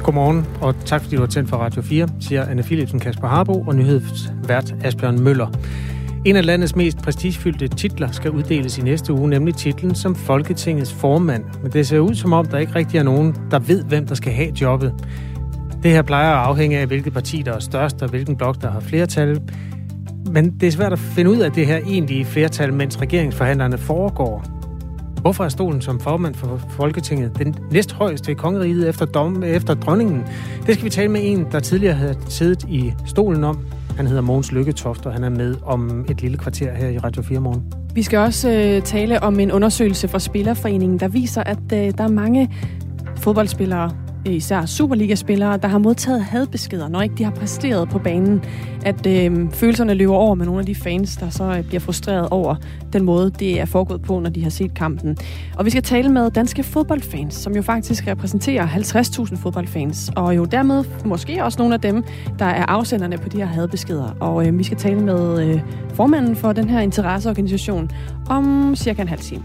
Godmorgen, og tak fordi du har tændt for Radio 4, siger Anne Philipsen, Kasper Harbo og nyhedsvært Asbjørn Møller. En af landets mest prestigefyldte titler skal uddeles i næste uge, nemlig titlen som Folketingets formand. Men det ser ud som om, der ikke rigtig er nogen, der ved, hvem der skal have jobbet. Det her plejer at afhænge af, hvilket parti, der er størst, og hvilken blok, der har flertal. Men det er svært at finde ud af det her egentlige flertal, mens regeringsforhandlerne foregår. Hvorfor er stolen som formand for Folketinget den næsthøjeste i kongeriget efter dronningen? Det skal vi tale med en, der tidligere havde siddet i stolen om. Han hedder Mogens Lykketoft, og han er med om et lille kvarter her i Radio 4 morgen. Vi skal også tale om en undersøgelse fra Spillerforeningen, der viser, at der er mange fodboldspillere, især Superliga-spillere, der har modtaget hadbeskeder, når ikke de har præsteret på banen. At følelserne løber over med nogle af de fans, der så bliver frustreret over den måde, det er foregået på, når de har set kampen. Og vi skal tale med danske fodboldfans, som jo faktisk repræsenterer 50.000 fodboldfans, og jo dermed måske også nogle af dem, der er afsenderne på de her hadbeskeder. Og vi skal tale med formanden for den her interesseorganisation om cirka en halv time.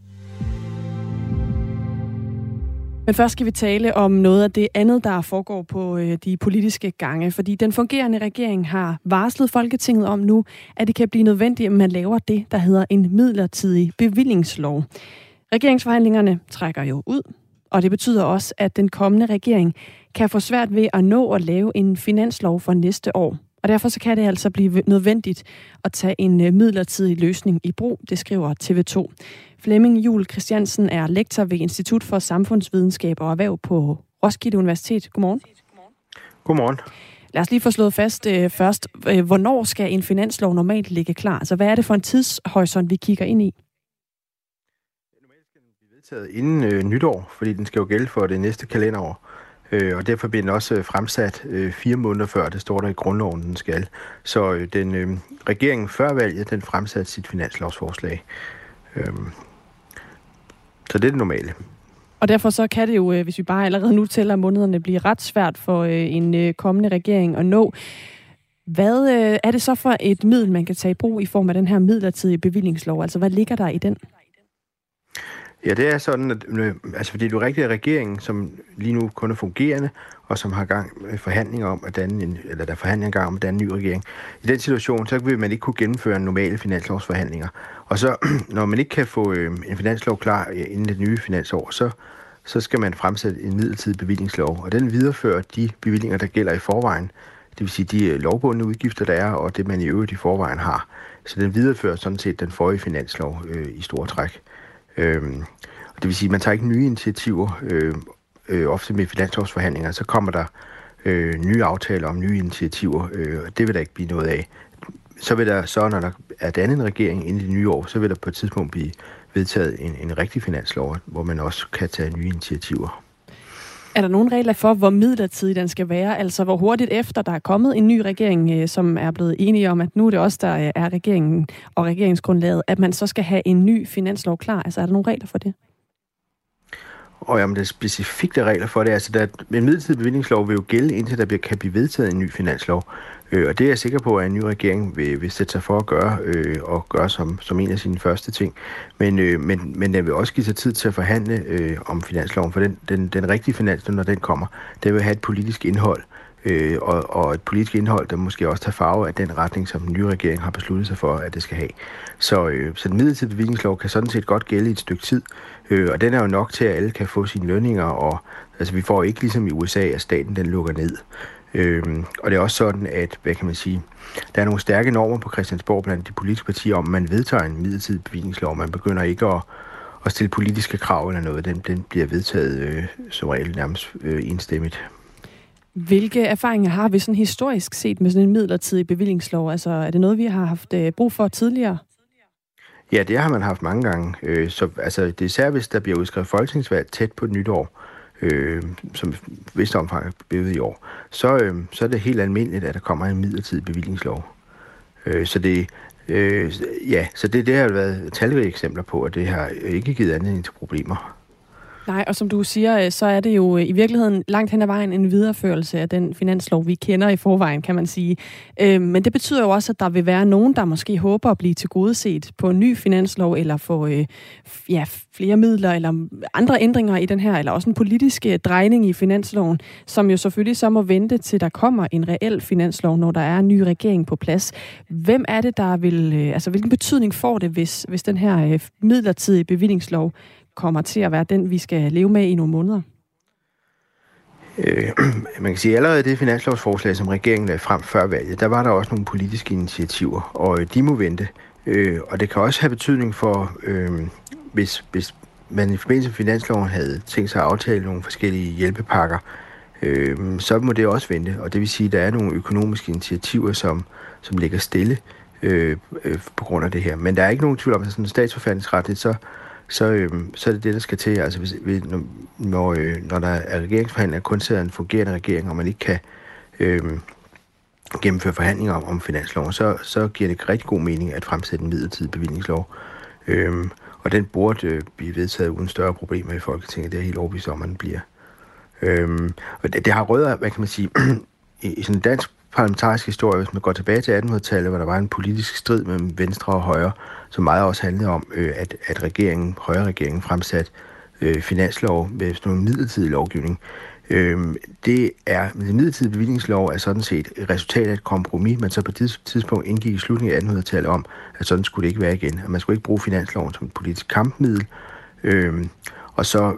Men først skal vi tale om noget af det andet, der foregår på de politiske gange, fordi den fungerende regering har varslet Folketinget om nu, at det kan blive nødvendigt, at man laver det, der hedder en midlertidig bevillingslov. Regeringsforhandlingerne trækker jo ud, og det betyder også, at den kommende regering kan få svært ved at nå at lave en finanslov for næste år. Og derfor så kan det altså blive nødvendigt at tage en midlertidig løsning i brug, det skriver TV2. Flemming Juhl Christiansen er lektor ved Institut for Samfundsvidenskab og Erhverv på Roskilde Universitet. Godmorgen. Godmorgen. Lad os lige få slået fast først. Hvornår skal en finanslov normalt ligge klar? Altså, hvad er det for en tidshorisont, vi kigger ind i? Normalt skal den blive vedtaget inden nytår, fordi den skal jo gælde for det næste kalenderår. Og derfor bliver den også fremsat 4 måneder før, det står der i grundloven, den skal. Så regeringen før valget, den fremsatte sit finanslovsforslag. Så det er det normale. Og derfor så kan det jo, hvis vi bare allerede nu tæller månederne, blive ret svært for en kommende regering at nå. Hvad er det så for et middel, man kan tage i brug i form af den her midlertidige bevillingslov? Altså, hvad ligger der i den? Ja, det er sådan, at fordi det er jo rigtigt, at regeringen, som lige nu kun er fungerende, og som har gang med forhandlinger om at danne om at danne en ny regering. I den situation, så vil man ikke kunne gennemføre normale finanslovsforhandlinger. Og så, når man ikke kan få en finanslov klar inden det nye finansår, så skal man fremsætte en midlertidig bevillingslov. Og den viderefører de bevillinger, der gælder i forvejen. Det vil sige de lovbundne udgifter, der er, og det man i øvrigt i forvejen har. Så den viderefører sådan set den forrige finanslov i store træk. Det vil sige, at man tager ikke nye initiativer, ofte med finanslovsforhandlinger, så kommer der nye aftaler om nye initiativer, og det vil der ikke blive noget af. Så vil der når der er dannet en regering inden det nye år, så vil der på et tidspunkt blive vedtaget en rigtig finanslov, hvor man også kan tage nye initiativer. Er der nogle regler for, hvor midlertidig den skal være? Altså, hvor hurtigt efter der er kommet en ny regering, som er blevet enige om, at nu er det også der er regeringen og regeringsgrundlaget, at man så skal have en ny finanslov klar? Altså, er der nogle regler for det? Jamen, der er specifikke regler for det. Altså, en midlertidig bevillingslov vil jo gælde, indtil der kan blive vedtaget en ny finanslov. Og det er jeg sikker på, at en ny regering vil sætte sig for at gøre, og gøre som en af sine første ting. Men den vil også give sig tid til at forhandle om finansloven, for den rigtige finanslov, når den kommer, den vil have et politisk indhold, og et politisk indhold, der måske også tager farve af den retning, som den nye regering har besluttet sig for, at det skal have. Så den midlertidige bevillingslov kan sådan set godt gælde i et stykke tid, og den er jo nok til, at alle kan få sine lønninger, og altså, vi får ikke ligesom i USA, at staten den lukker ned. Og det er også sådan, at, hvad kan man sige, der er nogle stærke normer på Christiansborg blandt de politiske partier, om man vedtager en midlertidig bevillingslov. Man begynder ikke at stille politiske krav eller noget. Den bliver vedtaget som regel nærmest enstemmigt. Hvilke erfaringer har vi sådan historisk set med sådan en midlertidig bevillingslov? Altså, er det noget, vi har haft brug for tidligere? Ja, det har man haft mange gange. Så altså, det er især, hvis der bliver udskrevet folketingsvalg tæt på et nytår, som vist omfang er blevet i år, så er det helt almindeligt, at der kommer en midlertidig bevillingslov. Så det har været talrige eksempler på, at det har ikke givet anledning til problemer. Nej, og som du siger, så er det jo i virkeligheden langt hen ad vejen en videreførelse af den finanslov, vi kender i forvejen, kan man sige. Men det betyder jo også, at der vil være nogen, der måske håber at blive tilgodeset på en ny finanslov, eller få flere midler, eller andre ændringer i den her, eller også en politisk drejning i finansloven, som jo selvfølgelig så må vente til der kommer en reel finanslov, når der er en ny regering på plads. Hvem er det, der vil, hvilken betydning får det, hvis den her midlertidige bevillingslov kommer til at være den, vi skal leve med i nogle måneder? Man kan sige, at allerede det finanslovsforslag, som regeringen lagde frem før valget, der var der også nogle politiske initiativer, og de må vente. Og det kan også have betydning for, hvis man i forbindelse med finansloven havde tænkt sig at aftale nogle forskellige hjælpepakker, så må det også vente. Og det vil sige, at der er nogle økonomiske initiativer, som ligger stille på grund af det her. Men der er ikke nogen tvivl om, at sådan statsforfatningsretligt, så er det det, der skal til. Altså, når der er regeringsforhandlinger, kun sidder en fungerende regering, og man ikke kan gennemføre forhandlinger om finansloven, så giver det rigtig god mening at fremsætte en midlertidig bevillingslov. Og den burde blive vedtaget uden større problemer i Folketinget. Det er helt overbevist om, at den bliver. Og det har rødder, hvad kan man sige, i sådan en dansk parlamentarisk historie, hvis man går tilbage til 1800-tallet, hvor der var en politisk strid mellem venstre og højre, som meget også handlede om, at højre-regeringen fremsat finanslov med sådan en midlertidig lovgivning. Den midlertidige bevillingslov er sådan set et resultat af et kompromis, man så på det tidspunkt indgik i slutningen af 1800-tallet om, at sådan skulle det ikke være igen. At man skulle ikke bruge finansloven som et politisk kampmiddel. Og så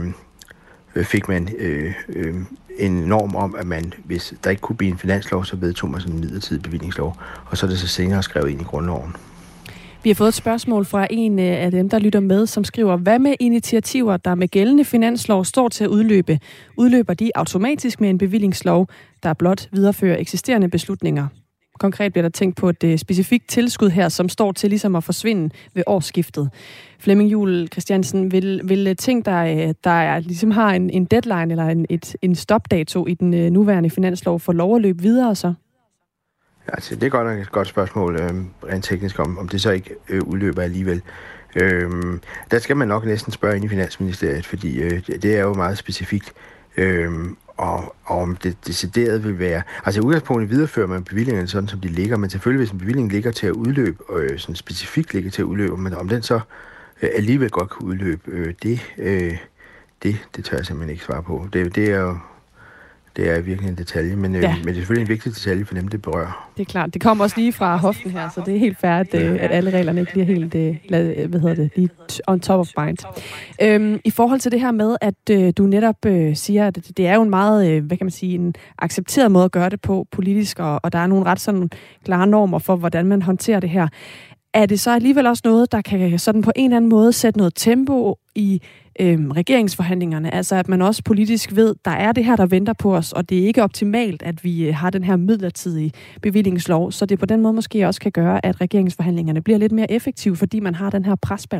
fik man en norm om, at man, hvis der ikke kunne blive en finanslov, så vedtog man sådan en midlertidig bevillingslov. Og så er det så senere skrevet ind i grundloven. Vi har fået et spørgsmål fra en af dem, der lytter med, som skriver, hvad med initiativer, der med gældende finanslov står til at udløbe? Udløber de automatisk med en bevillingslov, der blot viderefører eksisterende beslutninger? Konkret bliver der tænkt på et specifikt tilskud her, som står til ligesom at forsvinde ved årsskiftet. Flemming Juhl Christiansen, vil ting, der ligesom har en deadline eller en stopdato i den nuværende finanslov, få lov at løbe videre så? Altså, det er godt nok et godt spørgsmål, rent teknisk, om det så ikke udløber alligevel. Der skal man nok næsten spørge ind i Finansministeriet, fordi det er jo meget specifikt. Og om det decideret vil være... Altså i udgangspunktet viderefører man bevillingerne sådan, som de ligger, men selvfølgelig hvis en bevilling ligger til at udløbe, sådan specifikt ligger til at udløbe, men om den så alligevel godt kan udløbe, det tør jeg simpelthen ikke svare på. Det er virkelig en detalje, men det er selvfølgelig en vigtig detalje for dem, det berører. Det er klart. Det kommer også lige fra hoften her, så det er helt fair, at alle reglerne ikke bliver helt lige on top of mind. I forhold til det her med, at du netop siger, at det er jo en meget, en accepteret måde at gøre det på politisk, og der er nogle ret sådan klare normer for, hvordan man håndterer det her. Er det så alligevel også noget, der kan sådan på en eller anden måde sætte noget tempo i regeringsforhandlingerne, altså at man også politisk ved, der er det her, der venter på os, og det er ikke optimalt, at vi har den her midlertidige bevillingslov, så det på den måde måske også kan gøre, at regeringsforhandlingerne bliver lidt mere effektive, fordi man har den her presbal?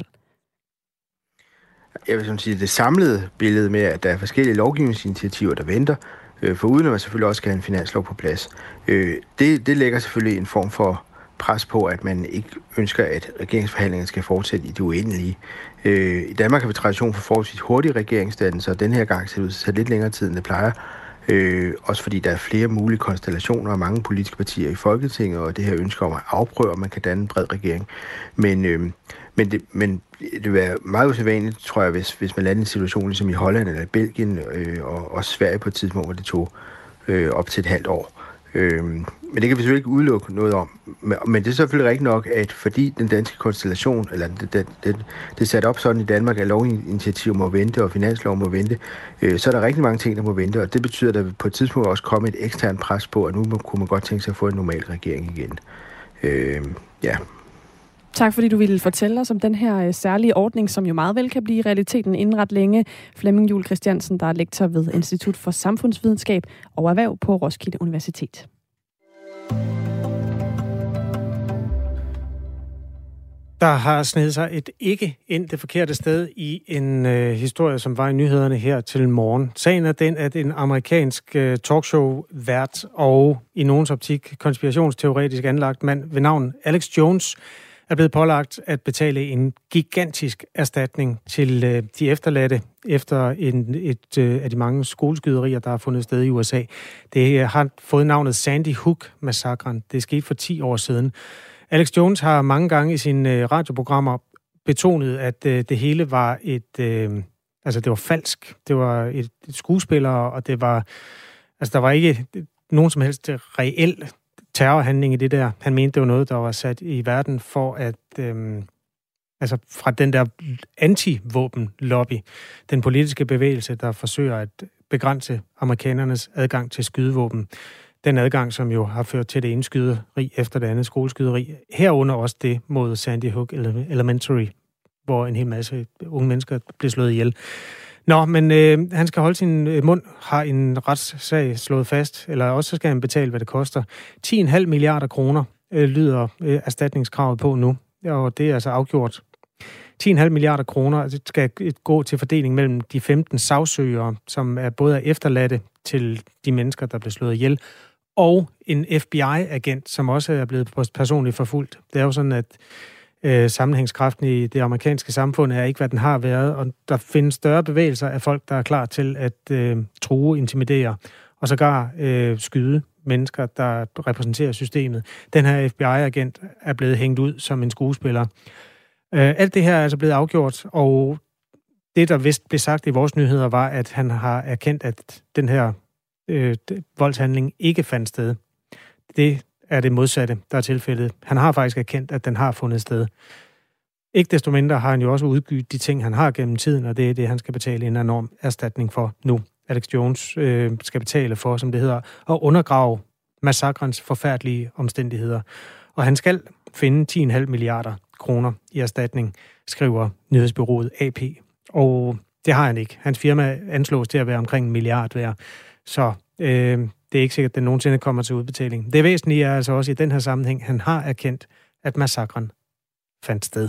Jeg vil sige, det samlede billede med, at der er forskellige lovgivningsinitiativer, der venter, foruden at man selvfølgelig også skal have en finanslov på plads, det lægger selvfølgelig en form for pres på, at man ikke ønsker, at regeringsforhandlingerne skal fortsætte i det uendelige. I Danmark har vi tradition for forholdsvis hurtige regeringsdannelser, og den her gang ser det ud til at tage lidt længere tid, end det plejer. Også fordi der er flere mulige konstellationer og mange politiske partier i Folketinget, og det her ønsker om at afprøve, om man kan danne en bred regering. Men det vil være meget usædvanligt, tror jeg, hvis man lander i en situation ligesom i Holland eller i Belgien, og også Sverige på et tidspunkt, hvor det tog op til et halvt år. Men det kan vi selvfølgelig ikke udelukke noget om. Men det er selvfølgelig rigtigt nok, at fordi den danske konstellation, eller det er sat op sådan i Danmark, at lovinitiativer må vente, og finanslov må vente, så er der rigtig mange ting, der må vente, og det betyder, at der på et tidspunkt også komme et eksternt pres på, at nu kunne man godt tænke sig at få en normal regering igen. Ja. Tak fordi du ville fortælle os om den her særlige ordning, som jo meget vel kan blive realiteten inden ret længe. Flemming Juhl Christiansen, der er lektor ved Institut for Samfundsvidenskab og Erhverv på Roskilde Universitet. Der har snedet sig et ikke ind det forkerte sted i en historie, som var i nyhederne her til morgen. Sagen er den, at en amerikansk talkshow-vært og i nogens optik konspirationsteoretisk anlagt mand ved navn Alex Jones er blevet pålagt at betale en gigantisk erstatning til de efterladte efter et af de mange skoleskyderier, der har fundet sted i USA. Det har fået navnet Sandy Hook-massakren. Det skete for 10 år siden. Alex Jones har mange gange i sine radioprogrammer betonet, at det hele var det var falsk. Det var et skuespiller, og det var, der var ikke nogen som helst reel terrorhandling i det der. Han mente, det var noget, der var sat i verden for at, fra den der anti-våben-lobby, den politiske bevægelse, der forsøger at begrænse amerikanernes adgang til skydevåben. Den adgang, som jo har ført til det ene skyderi efter det andet skoleskyderi. Herunder også det mod Sandy Hook Elementary, hvor en hel masse unge mennesker blev slået ihjel. Nå, men han skal holde sin mund, har en retssag slået fast, eller også så skal han betale, hvad det koster. 10,5 milliarder kroner lyder erstatningskravet på nu, og det er altså afgjort. 10,5 milliarder kroner skal gå til fordeling mellem de 15 sagsøgere, som er både er efterladte til de mennesker, der blev slået ihjel, og en FBI-agent, som også er blevet personligt forfulgt. Det er jo sådan, at sammenhængskraften i det amerikanske samfund er ikke, hvad den har været, og der findes større bevægelser af folk, der er klar til at true, intimidere og sågar skyde mennesker, der repræsenterer systemet. Den her FBI-agent er blevet hængt ud som en skuespiller. Alt det her er altså blevet afgjort, og det, der vist blev sagt i vores nyheder, var, at han har erkendt, at den her voldshandling ikke fandt sted. Det er det modsatte, der er tilfældet. Han har faktisk erkendt, at den har fundet sted. Ikke desto mindre har han jo også udgivet de ting, han har gennem tiden, og det er det, han skal betale en enorm erstatning for nu. Alex Jones skal betale for, som det hedder, at undergrave massakrens forfærdelige omstændigheder. Og han skal finde 10,5 milliarder kroner i erstatning, skriver nyhedsbureauet AP. Og det har han ikke. Hans firma anslås til at være omkring 1 milliard værd. Så det er ikke sikkert, at den nogensinde kommer til udbetaling. Det væsentlige er altså også i den her sammenhæng, han har erkendt, at massakren fandt sted.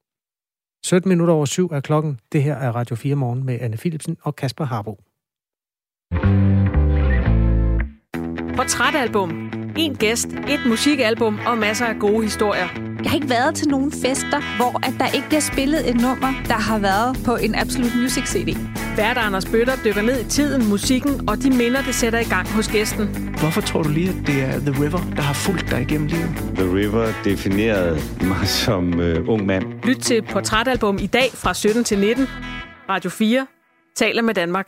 7:17 er klokken. Det her er Radio 4 Morgen med Anne Philipsen og Kasper Harbo. Portrætalbum. En gæst, et musikalbum og masser af gode historier. Jeg har ikke været til nogen fester, hvor at der ikke bliver spillet et nummer, der har været på en Absolute Music CD. Vært Anders Bøtter dykker ned i tiden, musikken og de minder, det sætter i gang hos gæsten. Hvorfor tror du lige, at det er The River, der har fulgt dig igennem livet? The River definerede mig som ung mand. Lyt til Portrætalbum i dag fra 17 til 19. Radio 4 taler med Danmark.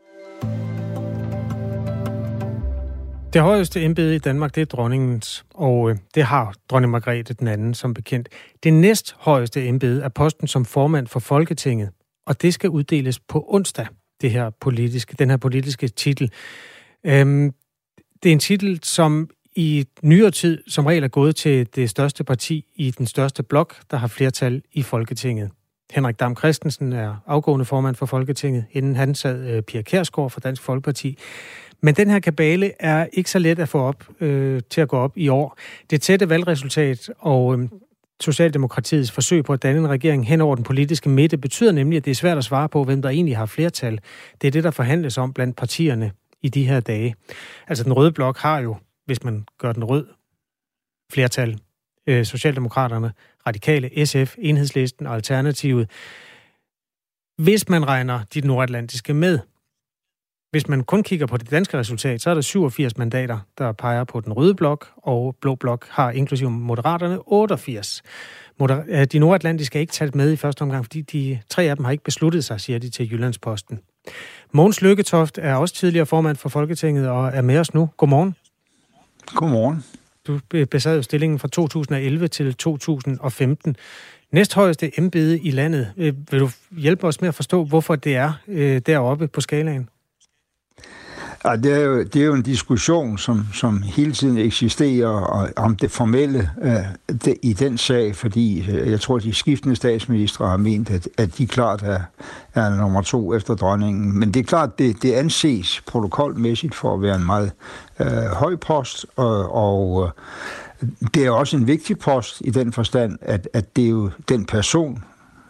Det højeste embede i Danmark, det er dronningens, og det har dronning Margrethe den anden som bekendt. Det næst højeste embede er posten som formand for Folketinget, og det skal uddeles på onsdag, den her politiske titel. Det er en titel, som i nyere tid som regel er gået til det største parti i den største blok, der har flertal i Folketinget. Henrik Dam Kristensen er afgående formand for Folketinget, inden han sad Pia Kjærsgaard fra Dansk Folkeparti. Men den her kabale er ikke så let at få op til at gå op i år. Det tætte valgresultat og Socialdemokratiets forsøg på at danne en regering hen over den politiske midte betyder nemlig, at det er svært at svare på, hvem der egentlig har flertal. Det er det, der forhandles om blandt partierne i de her dage. Altså den røde blok har jo, hvis man gør den rød, flertal. Socialdemokraterne, Radikale, SF, Enhedslisten og Alternativet. Hvis man regner de nordatlantiske med. Hvis man kun kigger på det danske resultat, så er der 87 mandater, der peger på den røde blok, og blå blok har inklusive Moderaterne 88. De nordatlantiske er ikke talt med i første omgang, fordi de 3 af dem har ikke besluttet sig, siger de til Jyllandsposten. Mogens Lykketoft er også tidligere formand for Folketinget og er med os nu. Godmorgen. Godmorgen. Du besad jo stillingen fra 2011 til 2015. Næsthøjeste embede i landet. Vil du hjælpe os med at forstå, hvorfor det er deroppe på skalaen? Ja, det er jo en diskussion, som hele tiden eksisterer om det formelle i den sag, fordi jeg tror, de skiftende statsministre har ment, at de klart er nummer 2 efter dronningen. Men det er klart, det anses protokolmæssigt for at være en meget høj post, og det er også en vigtig post i den forstand, at det er jo den person,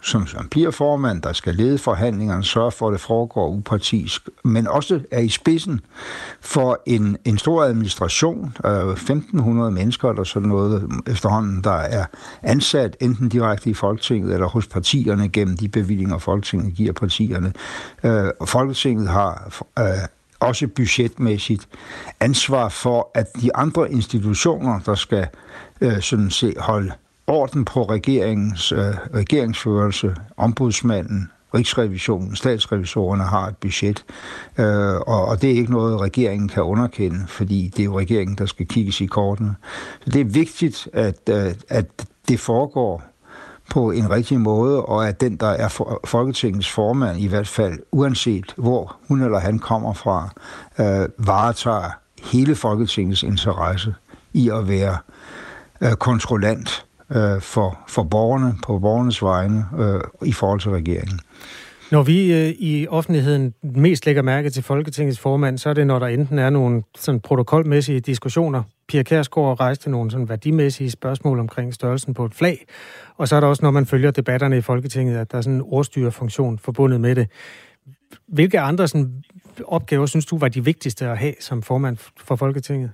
som bliver formand, der skal lede forhandlingerne, sørge for, at det foregår upartisk, men også er i spidsen for en stor administration, 1.500 mennesker eller sådan noget efterhånden, der er ansat enten direkte i Folketinget eller hos partierne gennem de bevillinger, Folketinget giver partierne. Folketinget har også budgetmæssigt ansvar for, at de andre institutioner, der skal sådan set holde orden på regeringsførelse, ombudsmanden, Rigsrevisionen, statsrevisorerne har et budget, og det er ikke noget, regeringen kan underkende, fordi det er jo regeringen, der skal kigges i kortene. Så det er vigtigt, at det foregår på en rigtig måde, og at den, der er Folketingets formand, i hvert fald uanset hvor hun eller han kommer fra, varetager hele Folketingets interesse i at være kontrollant for borgerne, på borgernes vegne, i forhold til regeringen. Når vi i offentligheden mest lægger mærke til Folketingets formand, så er det, når der enten er nogle sådan protokolmæssige diskussioner. Pia Kjærsgaard rejste nogle sådan værdimæssige spørgsmål omkring størrelsen på et flag, og så er der også, når man følger debatterne i Folketinget, at der er sådan en ordstyrefunktion forbundet med det. Hvilke andre sådan opgaver synes du var de vigtigste at have som formand for Folketinget?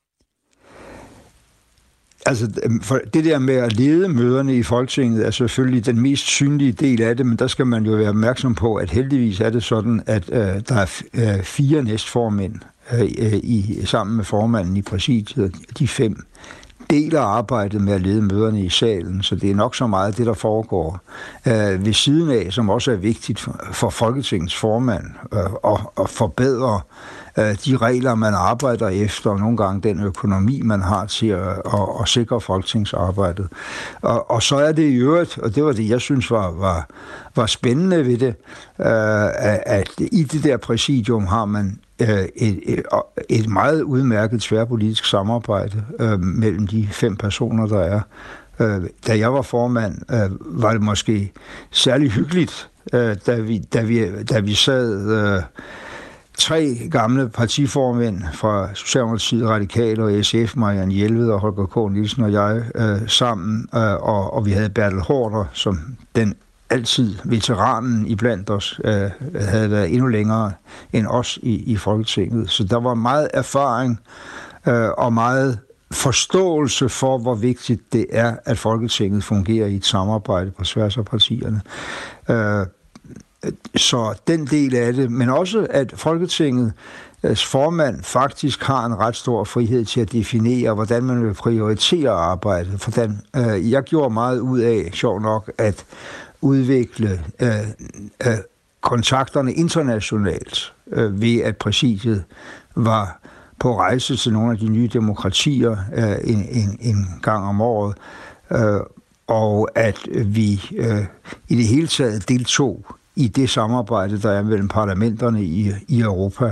Altså, det der med at lede møderne i Folketinget er selvfølgelig den mest synlige del af det, men der skal man jo være opmærksom på, at heldigvis er det sådan, at der er 4 næstformænd sammen med formanden i præsidiet, de 5 deler arbejdet med at lede møderne i salen, så det er nok så meget det, der foregår ved siden af, som også er vigtigt for Folketingets formand at forbedre de regler, man arbejder efter, og nogle gange den økonomi, man har til at sikre folketingsarbejdet. Og så er det i øvrigt, og det var det, jeg synes var spændende ved det, at i det der præsidium har man et meget udmærket tværpolitisk samarbejde mellem de 5 personer, der er. Da jeg var formand, var det måske særlig hyggeligt, da vi sad 3 gamle partiformænd fra Socialdemokratiet, Radikale og SF, Marianne Jelved og Holger K. Nielsen og jeg sammen, og vi havde Bertel Haarder som den altid veteranen iblandt os, havde været endnu længere end os i Folketinget. Så der var meget erfaring og meget forståelse for, hvor vigtigt det er, at Folketinget fungerer i et samarbejde på tværs af partierne. Så den del af det, men også at Folketingets formand faktisk har en ret stor frihed til at definere, hvordan man vil prioritere arbejdet. Jeg gjorde meget ud af, sjovt nok, at udvikle kontakterne internationalt ved, at præsidiet var på rejse til nogle af de nye demokratier en gang om året, og at vi i det hele taget deltog i det samarbejde, der er mellem parlamenterne i Europa,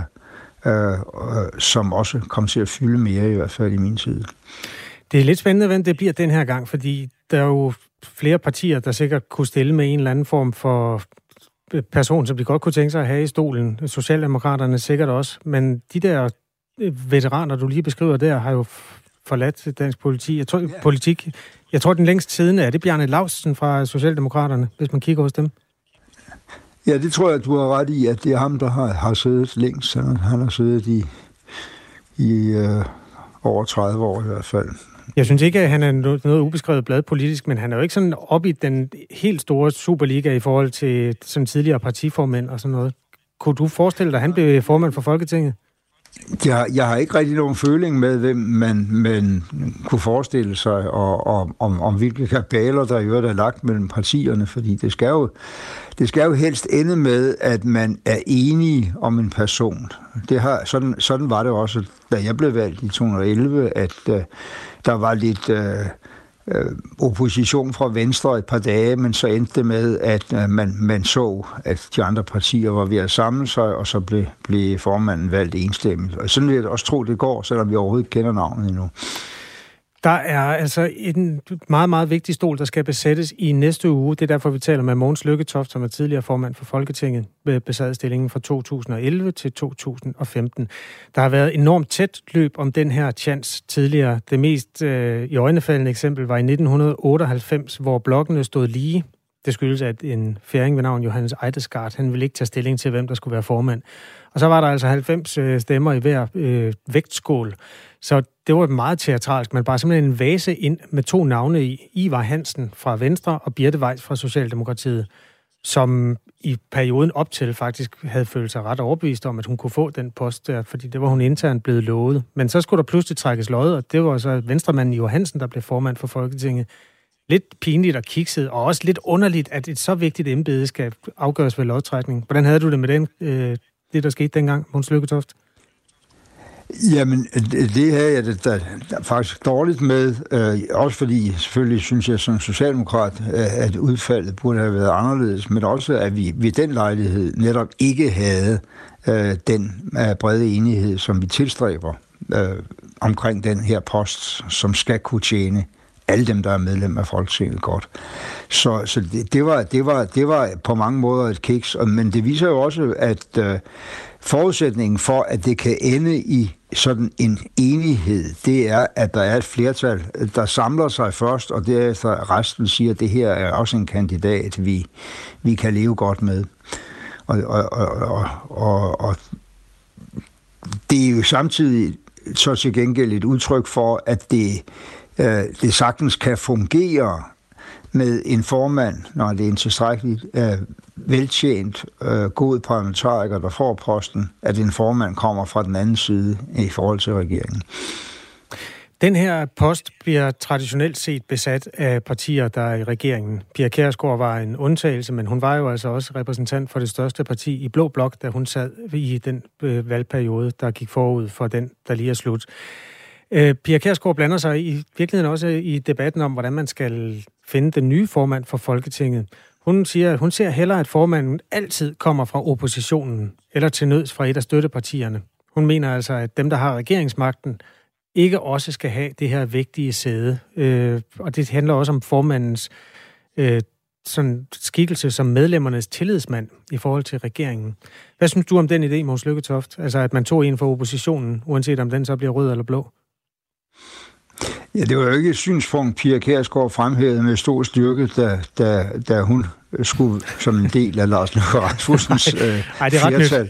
som også kom til at fylde mere, i hvert fald i min tid. Det er lidt spændende, hvordan det bliver den her gang, fordi der er jo flere partier, der sikkert kunne stille med en eller anden form for person, som de godt kunne tænke sig at have i stolen. Socialdemokraterne sikkert også, men de der veteraner, du lige beskriver der, har jo forladt dansk politik. Jeg tror, den længst siden er det Bjarne Laustsen fra Socialdemokraterne, hvis man kigger hos dem. Ja, det tror jeg, du har ret i, at det er ham, der har siddet længst. Han har siddet i over 30 år i hvert fald. Jeg synes ikke, at han er noget ubeskrevet blad politisk, men han er jo ikke sådan oppe i den helt store Superliga i forhold til sådan tidligere partiformænd og sådan noget. Kunne du forestille dig, at han blev formand for Folketinget? Jeg har ikke rigtig nogen føling med, hvem man kunne forestille sig, og om hvilke kabaler, der i øvrigt er lagt mellem partierne, fordi det skal jo helst ende med, at man er enige om en person. Sådan var det også, da jeg blev valgt i 2011, at der var lidt opposition fra Venstre et par dage, men så endte det med, at man så, at de andre partier var ved at samle sig, og så blev formanden valgt enstemmigt. Og sådan vil jeg også tro, det går, selvom vi overhovedet ikke kender navnet endnu. Der er altså en meget, meget vigtig stol, der skal besættes i næste uge. Det er derfor, vi taler med Mogens Lykketoft, som er tidligere formand for Folketinget, besad stillingen fra 2011 til 2015. Der har været enormt tæt løb om den her chance tidligere. Det mest iøjnefaldende eksempel var i 1998, hvor blokkene stod lige. Det skyldes, at en færing ved navn Johannes Eidesgaard, han ville ikke tage stilling til, hvem der skulle være formand. Og så var der altså 90 stemmer i hver vægtskål. Så det var meget teatralsk. Man bare simpelthen en vase ind med 2 navne i. Ivar Hansen fra Venstre og Birthe Weiss fra Socialdemokratiet, som i perioden op til faktisk havde følt sig ret overbevist om, at hun kunne få den post der, fordi det var hun internt blevet lovet. Men så skulle der pludselig trækkes lod, og det var så venstremanden Ivar Hansen, der blev formand for Folketinget. Lidt pinligt og kikset, og også lidt underligt, at et så vigtigt embede skal afgøres ved lodtrækning. Hvordan havde du det med det, der skete dengang, Mogens Lykketoft? Jamen, det havde jeg det da faktisk dårligt med, også fordi selvfølgelig synes jeg som socialdemokrat, at udfaldet burde have været anderledes, men også at vi ved den lejlighed netop ikke havde den brede enighed, som vi tilstræber omkring den her post, som skal kunne tjene alle dem, der er medlem af Folketinget godt. Så det var på mange måder et kiks, men det viser jo også, at forudsætningen for, at det kan ende i sådan en enighed, det er, at der er et flertal, der samler sig først, og derefter resten siger, at det her er også en kandidat, vi kan leve godt med. Og det er jo samtidig så til gengæld et udtryk for, at det sagtens kan fungere med en formand, når det er en tilstrækkeligt veltjent, god parlamentariker, der får posten, at en formand kommer fra den anden side i forhold til regeringen. Den her post bliver traditionelt set besat af partier, der er i regeringen. Pia Kjærsgaard var en undtagelse, men hun var jo altså også repræsentant for det største parti i Blå Blok, da hun sad i den valgperiode, der gik forud for den, der lige er slut. Pia Kjærsgaard blander sig i virkeligheden også i debatten om, hvordan man skal finde den nye formand for Folketinget. Hun siger, at hun ser hellere, at formanden altid kommer fra oppositionen, eller til nøds fra et af støttepartierne. Hun mener altså, at dem, der har regeringsmagten, ikke også skal have det her vigtige sæde. Og det handler også om formandens sådan skikkelse som medlemmernes tillidsmand i forhold til regeringen. Hvad synes du om den idé, Mogens Lykketoft? Altså, at man tog en fra oppositionen, uanset om den så bliver rød eller blå? Ja, det var jo ikke et synspunkt, Pia Kjærsgaard fremhævede med stor styrke, da hun skulle som en del af Lars Løkke Rasmussens flertal.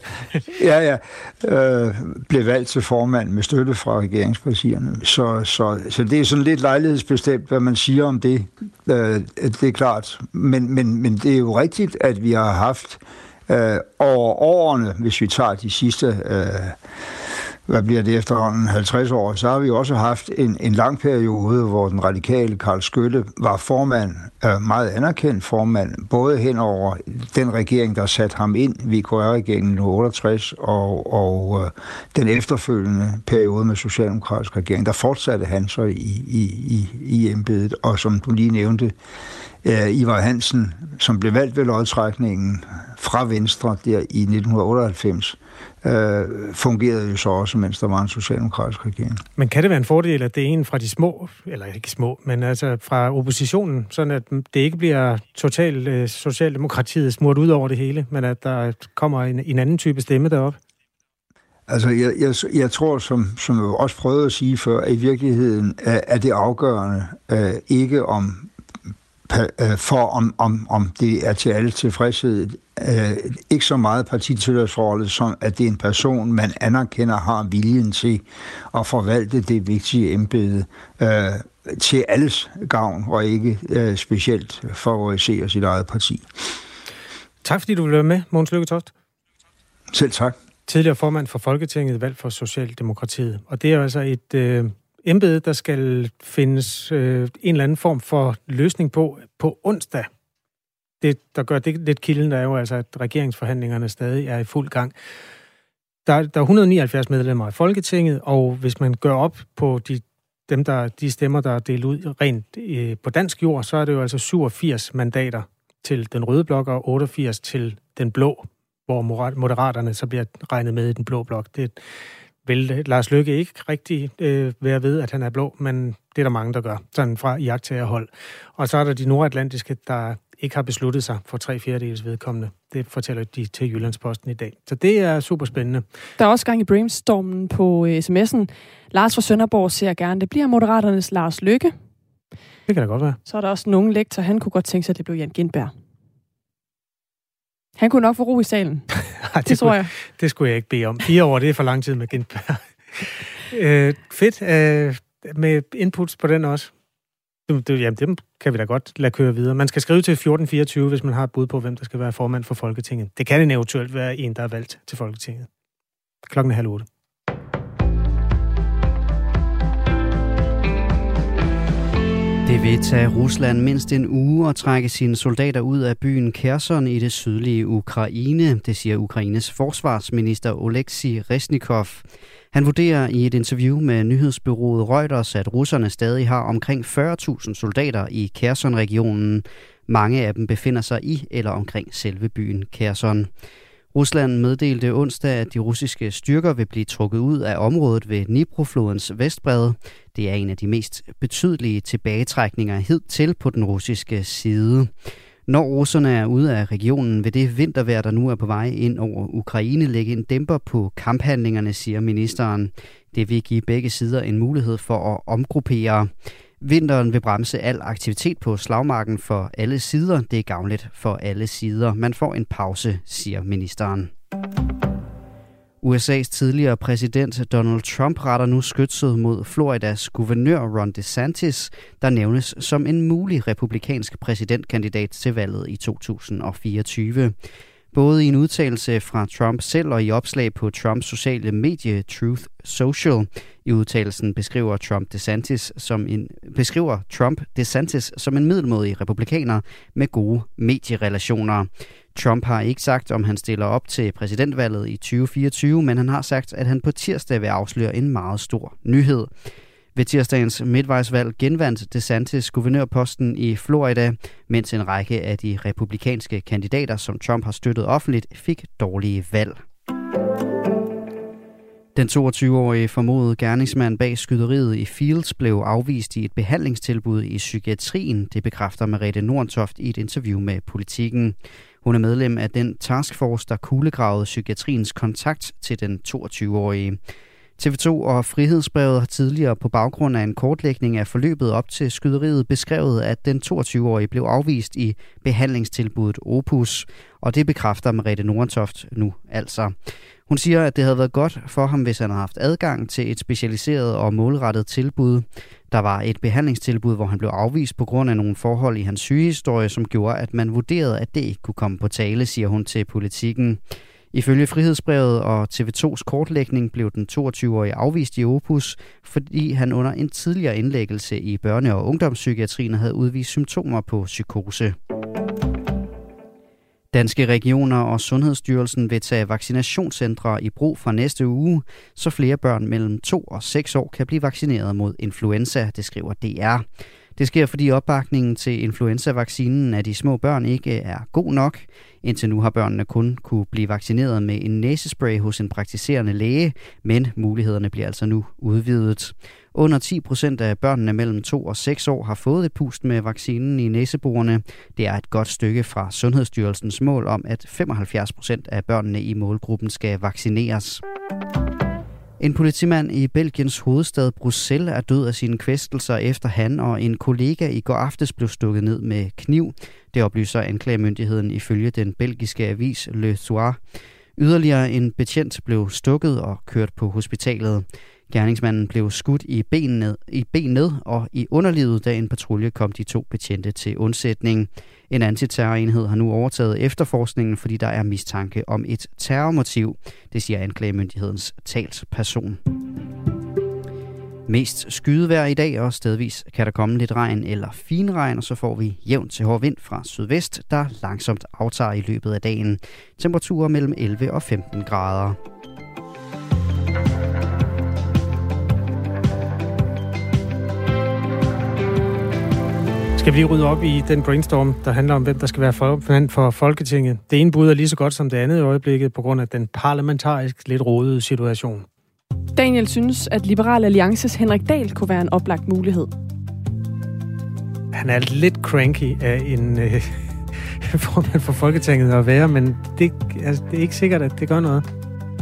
Blev valgt til formand med støtte fra regeringspartierne. Så det er sådan lidt lejlighedsbestemt, hvad man siger om det. Det er klart. Men det er jo rigtigt, at vi har haft over årene, hvis vi tager de sidste... hvad bliver det efterhånden 50 år, så har vi også haft en lang periode, hvor den radikale Karl Skytte var formand, meget anerkendt formand, både hen over den regering, der satte ham ind, VKR-regeringen i 68, og den efterfølgende periode med socialdemokratisk regering, der fortsatte han så i embedet, og som du lige nævnte, Ivar Hansen, som blev valgt ved lodtrækningen fra Venstre der i 1998, fungerede jo så også, mens der var en socialdemokratisk regering. Men kan det være en fordel, at det er en fra de små, eller ikke små, men altså fra oppositionen, sådan at det ikke bliver totalt Socialdemokratiet smurt ud over det hele, men at der kommer en anden type stemme derop? Altså, jeg tror, som jeg også prøvede at sige før, at i virkeligheden er det afgørende ikke om det er til alle tilfredshed, ikke så meget partitilhørsforholdet, som at det er en person, man anerkender har viljen til at forvalte det vigtige embede til alles gavn, og ikke specielt favorisere sit eget parti. Tak fordi du ville være med, Mogens Lykketoft. Selv tak. Tidligere formand for Folketinget, valgt for Socialdemokratiet. Og det er altså et embede, der skal findes en eller anden form for løsning på onsdag. Det, der gør det lidt kilden, der er jo altså, at regeringsforhandlingerne stadig er i fuld gang. Der er 179 medlemmer af Folketinget, og hvis man gør op på de stemmer, der er delt ud rent på dansk jord, så er det jo altså 87 mandater til den røde blok og 88 til den blå, hvor Moderaterne så bliver regnet med i den blå blok. Det vil Lars Løkke ikke rigtig være ved, at han er blå, men det er der mange, der gør, sådan fra iagttagerhold. Og så er der de nordatlantiske, der ikke har besluttet sig for 3/4 vedkommende. Det fortæller de til Jyllandsposten i dag. Så det er super spændende. Der er også gang i brainstormen på sms'en. Lars fra Sønderborg ser gerne, det bliver Moderaternes Lars Løkke. Det kan da godt være. Så er der også nogen lektor, han kunne godt tænke sig, at det blev Jan Gintberg. Han kunne nok få ro i salen. det tror jeg. Det skulle jeg ikke bede om. 4 år, det er for lang tid med Gintberg. Fedt med inputs på den også. Jamen, dem kan vi da godt lade køre videre. Man skal skrive til 1424, hvis man har et bud på, hvem der skal være formand for Folketinget. Det kan eventuelt være en, der er valgt til Folketinget. 7:30. Det vil tage Rusland mindst en uge at trække sine soldater ud af byen Kherson i det sydlige Ukraine, det siger Ukraines forsvarsminister Oleksij Reznikov. Han vurderer i et interview med nyhedsbureauet Reuters, at russerne stadig har omkring 40.000 soldater i Kherson-regionen. Mange af dem befinder sig i eller omkring selve byen Kherson. Rusland meddelte onsdag, at de russiske styrker vil blive trukket ud af området ved Dnipro-flodens vestbred. Det er en af de mest betydelige tilbagetrækninger hidtil på den russiske side. Når russerne er ude af regionen, vil det vintervejr, der nu er på vej ind over Ukraine, lægge en dæmper på kamphandlingerne, siger ministeren. Det vil give begge sider en mulighed for at omgruppere. Vinteren vil bremse al aktivitet på slagmarken for alle sider. Det er gavnligt for alle sider. Man får en pause, siger ministeren. USA's tidligere præsident Donald Trump retter nu skytset mod Floridas guvernør Ron DeSantis, der nævnes som en mulig republikansk præsidentkandidat til valget i 2024. Både i en udtalelse fra Trump selv og i opslag på Trumps sociale medie Truth Social. I udtalelsen beskriver Trump DeSantis som en middelmådig republikaner med gode medierelationer. Trump har ikke sagt, om han stiller op til præsidentvalget i 2024, men han har sagt, at han på tirsdag vil afsløre en meget stor nyhed. Ved tirsdagens midtvejsvalg genvandt DeSantis guvernørposten i Florida, mens en række af de republikanske kandidater, som Trump har støttet offentligt, fik dårlige valg. Den 22-årige formodede gerningsmand bag skyderiet i Fields blev afvist i et behandlingstilbud i psykiatrien. Det bekræfter Merete Nordentoft i et interview med Politiken. Hun er medlem af den taskforce, der kuglegravede psykiatriens kontakt til den 22-årige. TV2 og Frihedsbrevet har tidligere på baggrund af en kortlægning af forløbet op til skyderiet beskrevet, at den 22-årige blev afvist i behandlingstilbuddet Opus, og det bekræfter Merete Nordentoft nu altså. Hun siger, at det havde været godt for ham, hvis han havde haft adgang til et specialiseret og målrettet tilbud. Der var et behandlingstilbud, hvor han blev afvist på grund af nogle forhold i hans sygehistorie, som gjorde, at man vurderede, at det ikke kunne komme på tale, siger hun til Politiken. Ifølge Frihedsbrevet og TV2's kortlægning blev den 22-årige afvist i Opus, fordi han under en tidligere indlæggelse i børne- og ungdomspsykiatrien havde udvist symptomer på psykose. Danske regioner og Sundhedsstyrelsen vil tage vaccinationscentre i brug fra næste uge, så flere børn mellem 2 og 6 år kan blive vaccineret mod influenza, det skriver DR. Det sker, fordi opbakningen til influenza-vaccinen af de små børn ikke er god nok. Indtil nu har børnene kun kunne blive vaccineret med en næsespray hos en praktiserende læge, men mulighederne bliver altså nu udvidet. Under 10% af børnene mellem 2 og 6 år har fået et pust med vaccinen i næseborene. Det er et godt stykke fra Sundhedsstyrelsens mål om, at 75% af børnene i målgruppen skal vaccineres. En politimand i Belgiens hovedstad Bruxelles er død af sine kvæstelser, efter han og en kollega i går aftes blev stukket ned med kniv. Det oplyser anklagemyndigheden ifølge den belgiske avis Le Soir. Yderligere en betjent blev stukket og kørt på hospitalet. Gerningsmanden blev skudt i benet og i underlivet, da en patrulje kom de 2 betjente til undsætning. En antiterrorenhed har nu overtaget efterforskningen, fordi der er mistanke om et terrormotiv. Det siger anklagemyndighedens talsperson. Mest skydevejr i dag, og stedvis kan der komme lidt regn eller finregn, og så får vi jævn til hård vind fra sydvest, der langsomt aftager i løbet af dagen. Temperaturer mellem 11 og 15 grader. Skal vi lige rydde op i den brainstorm, der handler om, hvem der skal være formand for Folketinget. Det ene bud er lige så godt som det andet i øjeblikket, på grund af den parlamentarisk lidt rodede situation. Daniel synes, at Liberal Alliances Henrik Dahl kunne være en oplagt mulighed. Han er lidt cranky af en formand for Folketinget at være, men det er ikke sikkert, at det gør noget.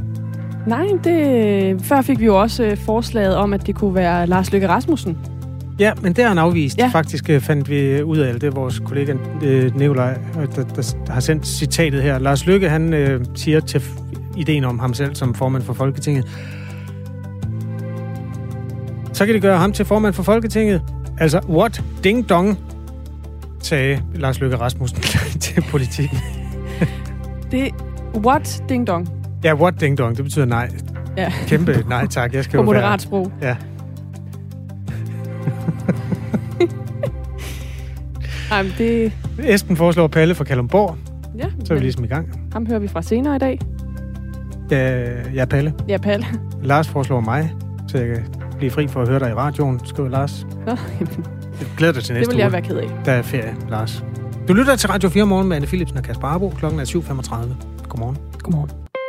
Nej, før fik vi jo også forslaget om, at det kunne være Lars Løkke Rasmussen. Ja, men det har han afvist. Ja. Faktisk fandt vi ud af det. Det er vores kollega Nikolaj, der har sendt citatet her. Lars Løkke, han siger til ideen om ham selv som formand for Folketinget. Så kan det gøre ham til formand for Folketinget. Altså, what ding dong, sagde Lars Løkke Rasmussen til Politikken. Det what ding dong? Ja, what ding dong, det betyder nej. Ja. Kæmpe nej tak. Jeg skal på moderat sprog. Ja. Ej, det... Esben foreslår Palle fra Kalundborg. Ja, så er vi ligesom i gang. Ham hører vi fra senere i dag. Ja, Palle. Ja, Palle. Lars foreslår mig, så jeg kan blive fri for at høre dig i radioen, skriver Lars. Nå, jeg glæder dig til næste uge. Det vil jeg være ked af. Der er ferie, Lars. Du lytter til Radio 4 morgen med Anne Philipsen og Kasper Harbo. Klokken er 7.35. Godmorgen. Godmorgen.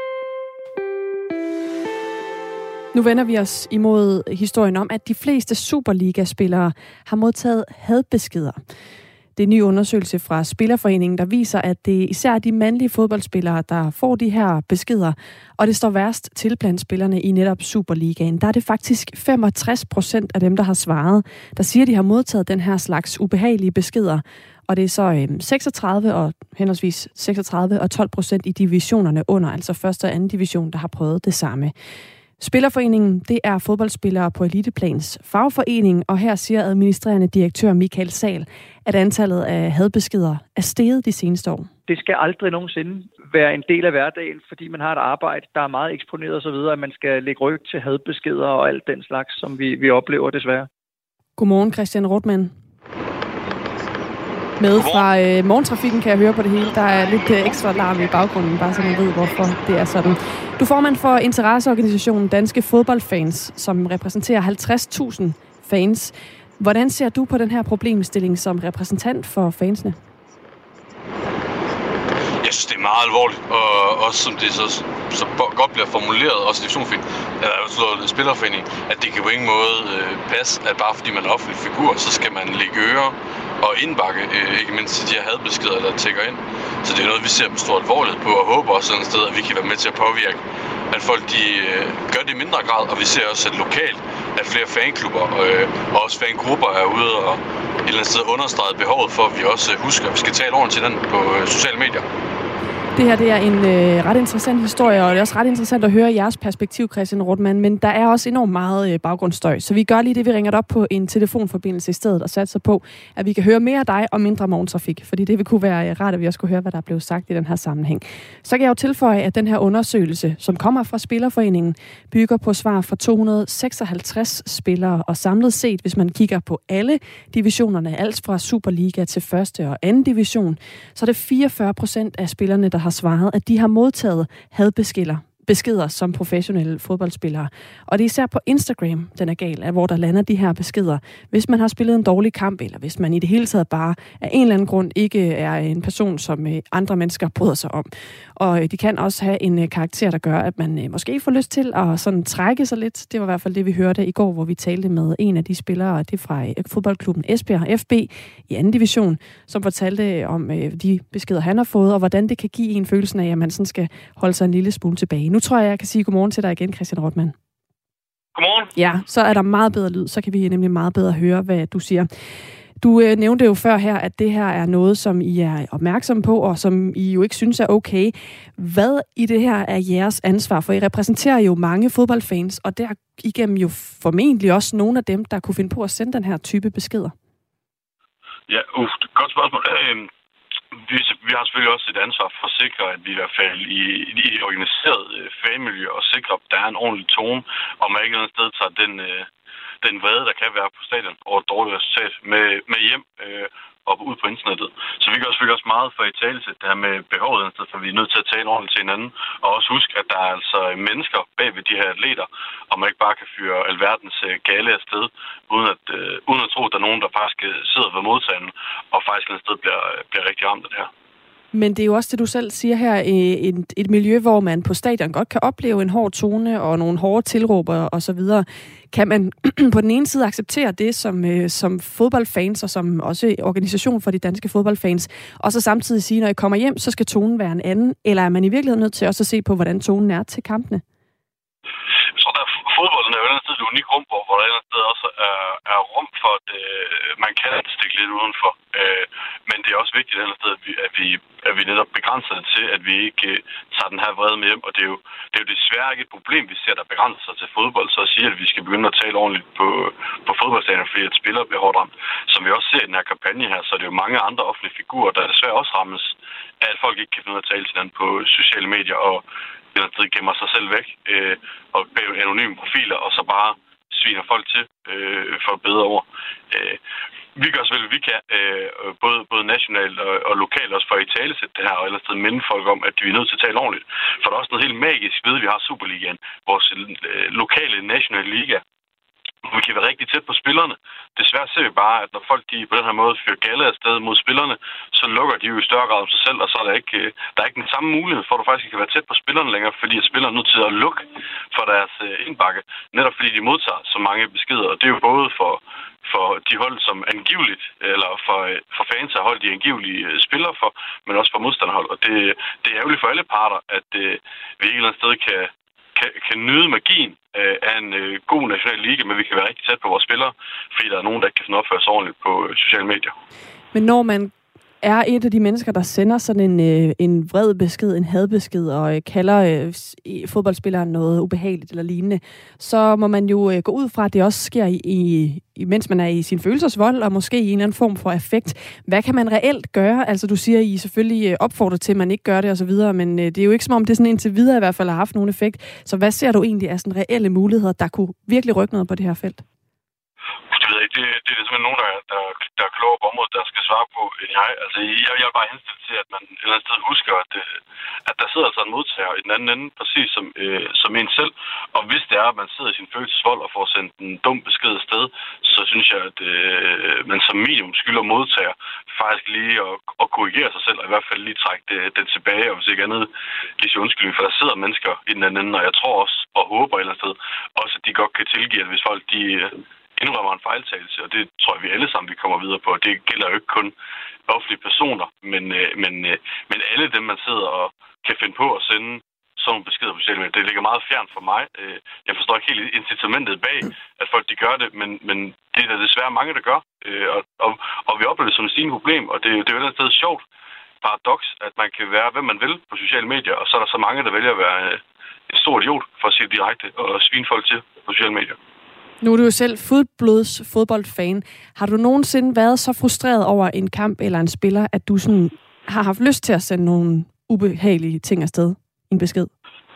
Nu vender vi os imod historien om, at de fleste Superliga-spillere har modtaget hadbeskeder. Det er en ny undersøgelse fra Spillerforeningen, der viser, at det især er de mandlige fodboldspillere, der får de her beskeder, og det står værst til blandt spillerne i netop Superligaen. Der er det faktisk 65% af dem, der har svaret, der siger, at de har modtaget den her slags ubehagelige beskeder. Og det er så 36 og henholdsvis 36 og 12% i divisionerne under, altså første og anden division, der har prøvet det samme. Spillerforeningen, det er fodboldspillere på Eliteplans fagforening, og her siger administrerende direktør Michael Sahl, at antallet af hadbeskeder er steget de seneste år. Det skal aldrig nogensinde være en del af hverdagen, fordi man har et arbejde, der er meget eksponeret osv., at man skal lægge ryg til hadbeskeder og alt den slags, som vi oplever desværre. Godmorgen, Christian Rothmann. Med fra morgentrafikken kan jeg høre på det hele. Der er lidt ekstra larm i baggrunden, bare så man ved, hvorfor det er sådan. Du er formand for interesseorganisationen Danske Fodboldfans, som repræsenterer 50.000 fans. Hvordan ser du på den her problemstilling som repræsentant for fansene? Jeg synes, det er meget alvorligt, og også som det så godt bliver formuleret, også divisionsforening, eller Spillerforening, at det kan på ingen måde passe, at bare fordi man er offentlig figur, så skal man lægge ører og indbakke, ikke mindst de her hadbeskeder, der tækker ind. Så det er noget, vi ser med stor alvorlighed på, og håber også sådan et sted, at vi kan være med til at påvirke, at folk de gør det i mindre grad, og vi ser også, at lokalt, at flere fanklubber og også fangrupper er ude og et eller andet sted understreget behovet for, at vi også husker, at vi skal tale ordentligt til den på sociale medier. Det her det er en ret interessant historie, og det er også ret interessant at høre jeres perspektiv, Christian Rothmann, men der er også enormt meget baggrundsstøj, så vi gør lige det, vi ringer op på en telefonforbindelse i stedet og satser på, at vi kan høre mere af dig og mindre morgentrafik, fordi det vil kunne være rart, at vi også kunne høre, hvad der er blevet sagt i den her sammenhæng. Så kan jeg jo tilføje, at den her undersøgelse, som kommer fra Spillerforeningen, bygger på svar fra 256 spillere, og samlet set, hvis man kigger på alle divisionerne, alt fra Superliga til første og anden division, så er det 44% af spillerne, der har svaret, at de har modtaget hadbeskeder som professionelle fodboldspillere. Og det er især på Instagram, den er gal, hvor der lander de her beskeder. Hvis man har spillet en dårlig kamp, eller hvis man i det hele taget bare af en eller anden grund ikke er en person, som andre mennesker bryder sig om. Og de kan også have en karakter, der gør, at man måske får lyst til at sådan trække sig lidt. Det var i hvert fald det, vi hørte i går, hvor vi talte med en af de spillere, det er fra fodboldklubben Esbjerg FB i anden division, som fortalte om de beskeder, han har fået, og hvordan det kan give en følelsen af, at man sådan skal holde sig en lille smule tilbage. Nu tror jeg kan sige godmorgen til dig igen, Christian Rothmann. Godmorgen. Ja, så er der meget bedre lyd, så kan vi nemlig meget bedre høre, hvad du siger. Du nævnte jo før her, at det her er noget, som I er opmærksom på, og som I jo ikke synes er okay. Hvad i det her er jeres ansvar? For I repræsenterer jo mange fodboldfans, og der igennem jo formentlig også nogle af dem, der kunne finde på at sende den her type beskeder. Ja, godt spørgsmål. Vi har selvfølgelig også et ansvar for at sikre, at vi i hvert fald i det organiserede fanmiljø og sikre, at der er en ordentlig tone, og man ikke andet sted tager den vrede, der kan være på stadion over et dårligt resultat med hjem og ud på internettet. Så vi gør selvfølgelig også meget for i talesæt det her med behovet, for vi er nødt til at tale ordentligt til hinanden, og også huske, at der er altså mennesker bag ved de her atleter, og man ikke bare kan fyre alverdens gale afsted, uden at tro, at der er nogen, der faktisk sidder ved modtageren, og faktisk et sted bliver rigtig ramt af det her. Men det er jo også det, du selv siger her, et miljø, hvor man på stadion godt kan opleve en hård tone og nogle hårde tilråber og så videre. Kan man på den ene side acceptere det som fodboldfans og som også organisation for de danske fodboldfans, og så samtidig sige, når I kommer hjem, så skal tonen være en anden, eller er man i virkeligheden nødt til også at se på, hvordan tonen er til kampene? Så der fodbolden er jo sted et unikt rum, hvor der et eller andet sted også er rum for, at man kan stikke lidt udenfor. Men det er også vigtigt et eller andet sted, at vi netop begrænser det til, at vi ikke tager den her vrede med hjem. Og det er jo desværre ikke et problem, vi ser, der begrænser sig til fodbold, så at sige, at vi skal begynde at tale ordentligt på fodboldstadion, fordi at spillere bliver hårdt ramt. Som vi også ser i den her kampagne her, så er det jo mange andre offentlige figurer, der desværre også rammes, at folk ikke kan finde ud af at tale til hinanden på sociale medier, og gemmer sig selv væk og bag anonyme profiler, og så bare sviner folk til for bedre ord. Vi gør selvfølgelig, hvad vi kan, både nationalt og lokalt, også for at italesætte det her, og ellers minde folk om, at vi er nødt til at tale ordentligt. For der er også noget helt magisk ved, at vi har Superligaen, vores lokale nationale liga. Vi kan være rigtig tæt på spillerne. Desværre ser vi bare, at når folk de på den her måde fyrer galle afsted mod spillerne, så lukker de jo i større grad om sig selv, og så er der er ikke den samme mulighed for, at du faktisk kan være tæt på spillerne længere, fordi at spillerne er nødt til at lukke for deres indbakke, netop fordi de modtager så mange beskeder. Og det er jo både for de hold, som angiveligt, eller for fans af hold, de angivelige spillere for, men også for modstanderhold. Og det er ærgerligt for alle parter, at vi ikke et eller andet sted kan nyde magien af en god national liga, men vi kan være rigtig tæt på vores spillere, fordi der er nogen, der ikke kan finde opføre sig ordentligt på sociale medier. Men når man er et af de mennesker, der sender sådan en vred besked, en hadbesked, og kalder fodboldspilleren noget ubehageligt eller lignende, så må man jo gå ud fra, at det også sker mens man er i sin følelsesvold, og måske i en eller anden form for affekt. Hvad kan man reelt gøre? Altså, du siger, at I selvfølgelig opfordrer til, at man ikke gør det osv., men det er jo ikke som om, det sådan indtil videre i hvert fald har haft nogen effekt. Så hvad ser du egentlig af sådan reelle muligheder, der kunne virkelig rykke noget på det her felt? Det ved jeg ikke. Det er simpelthen nogen, der er klogere på området, der skal svare på end jeg. Altså, jeg vil bare henstille til, at man et eller andet sted husker, at der sidder altså en modtager i den anden ende, præcis som en selv. Og hvis det er, at man sidder i sin følelsesvold og får sendt en dum besked afsted, så synes jeg, at man som minimum skylder modtager faktisk lige at korrigere sig selv, og i hvert fald lige trække den tilbage, og hvis ikke andet lige sige undskyldning, for der sidder mennesker i den anden ende, og jeg tror også, og håber et eller andet sted, også at de godt kan tilgive, at hvis folk de indrømmer en fejltagelse, og det tror jeg, vi alle sammen vi kommer videre på. Det gælder jo ikke kun offentlige personer, men alle dem, man sidder og kan finde på at sende sådan nogle beskeder på sociale medier. Det ligger meget fjern for mig. Jeg forstår ikke helt incitamentet bag, at folk de gør det, men det er der desværre mange, der gør. Og vi oplever det som et stigende problem, og det er jo et eller andet sted sjovt paradoks, at man kan være, hvem man vil på sociale medier, og så er der så mange, der vælger at være en stor idiot, for at sige det direkte, og svine folk til på sociale medier. Nu er du jo selv fodboldfan. Har du nogensinde været så frustreret over en kamp eller en spiller, at du sådan har haft lyst til at sende nogle ubehagelige ting afsted? En besked?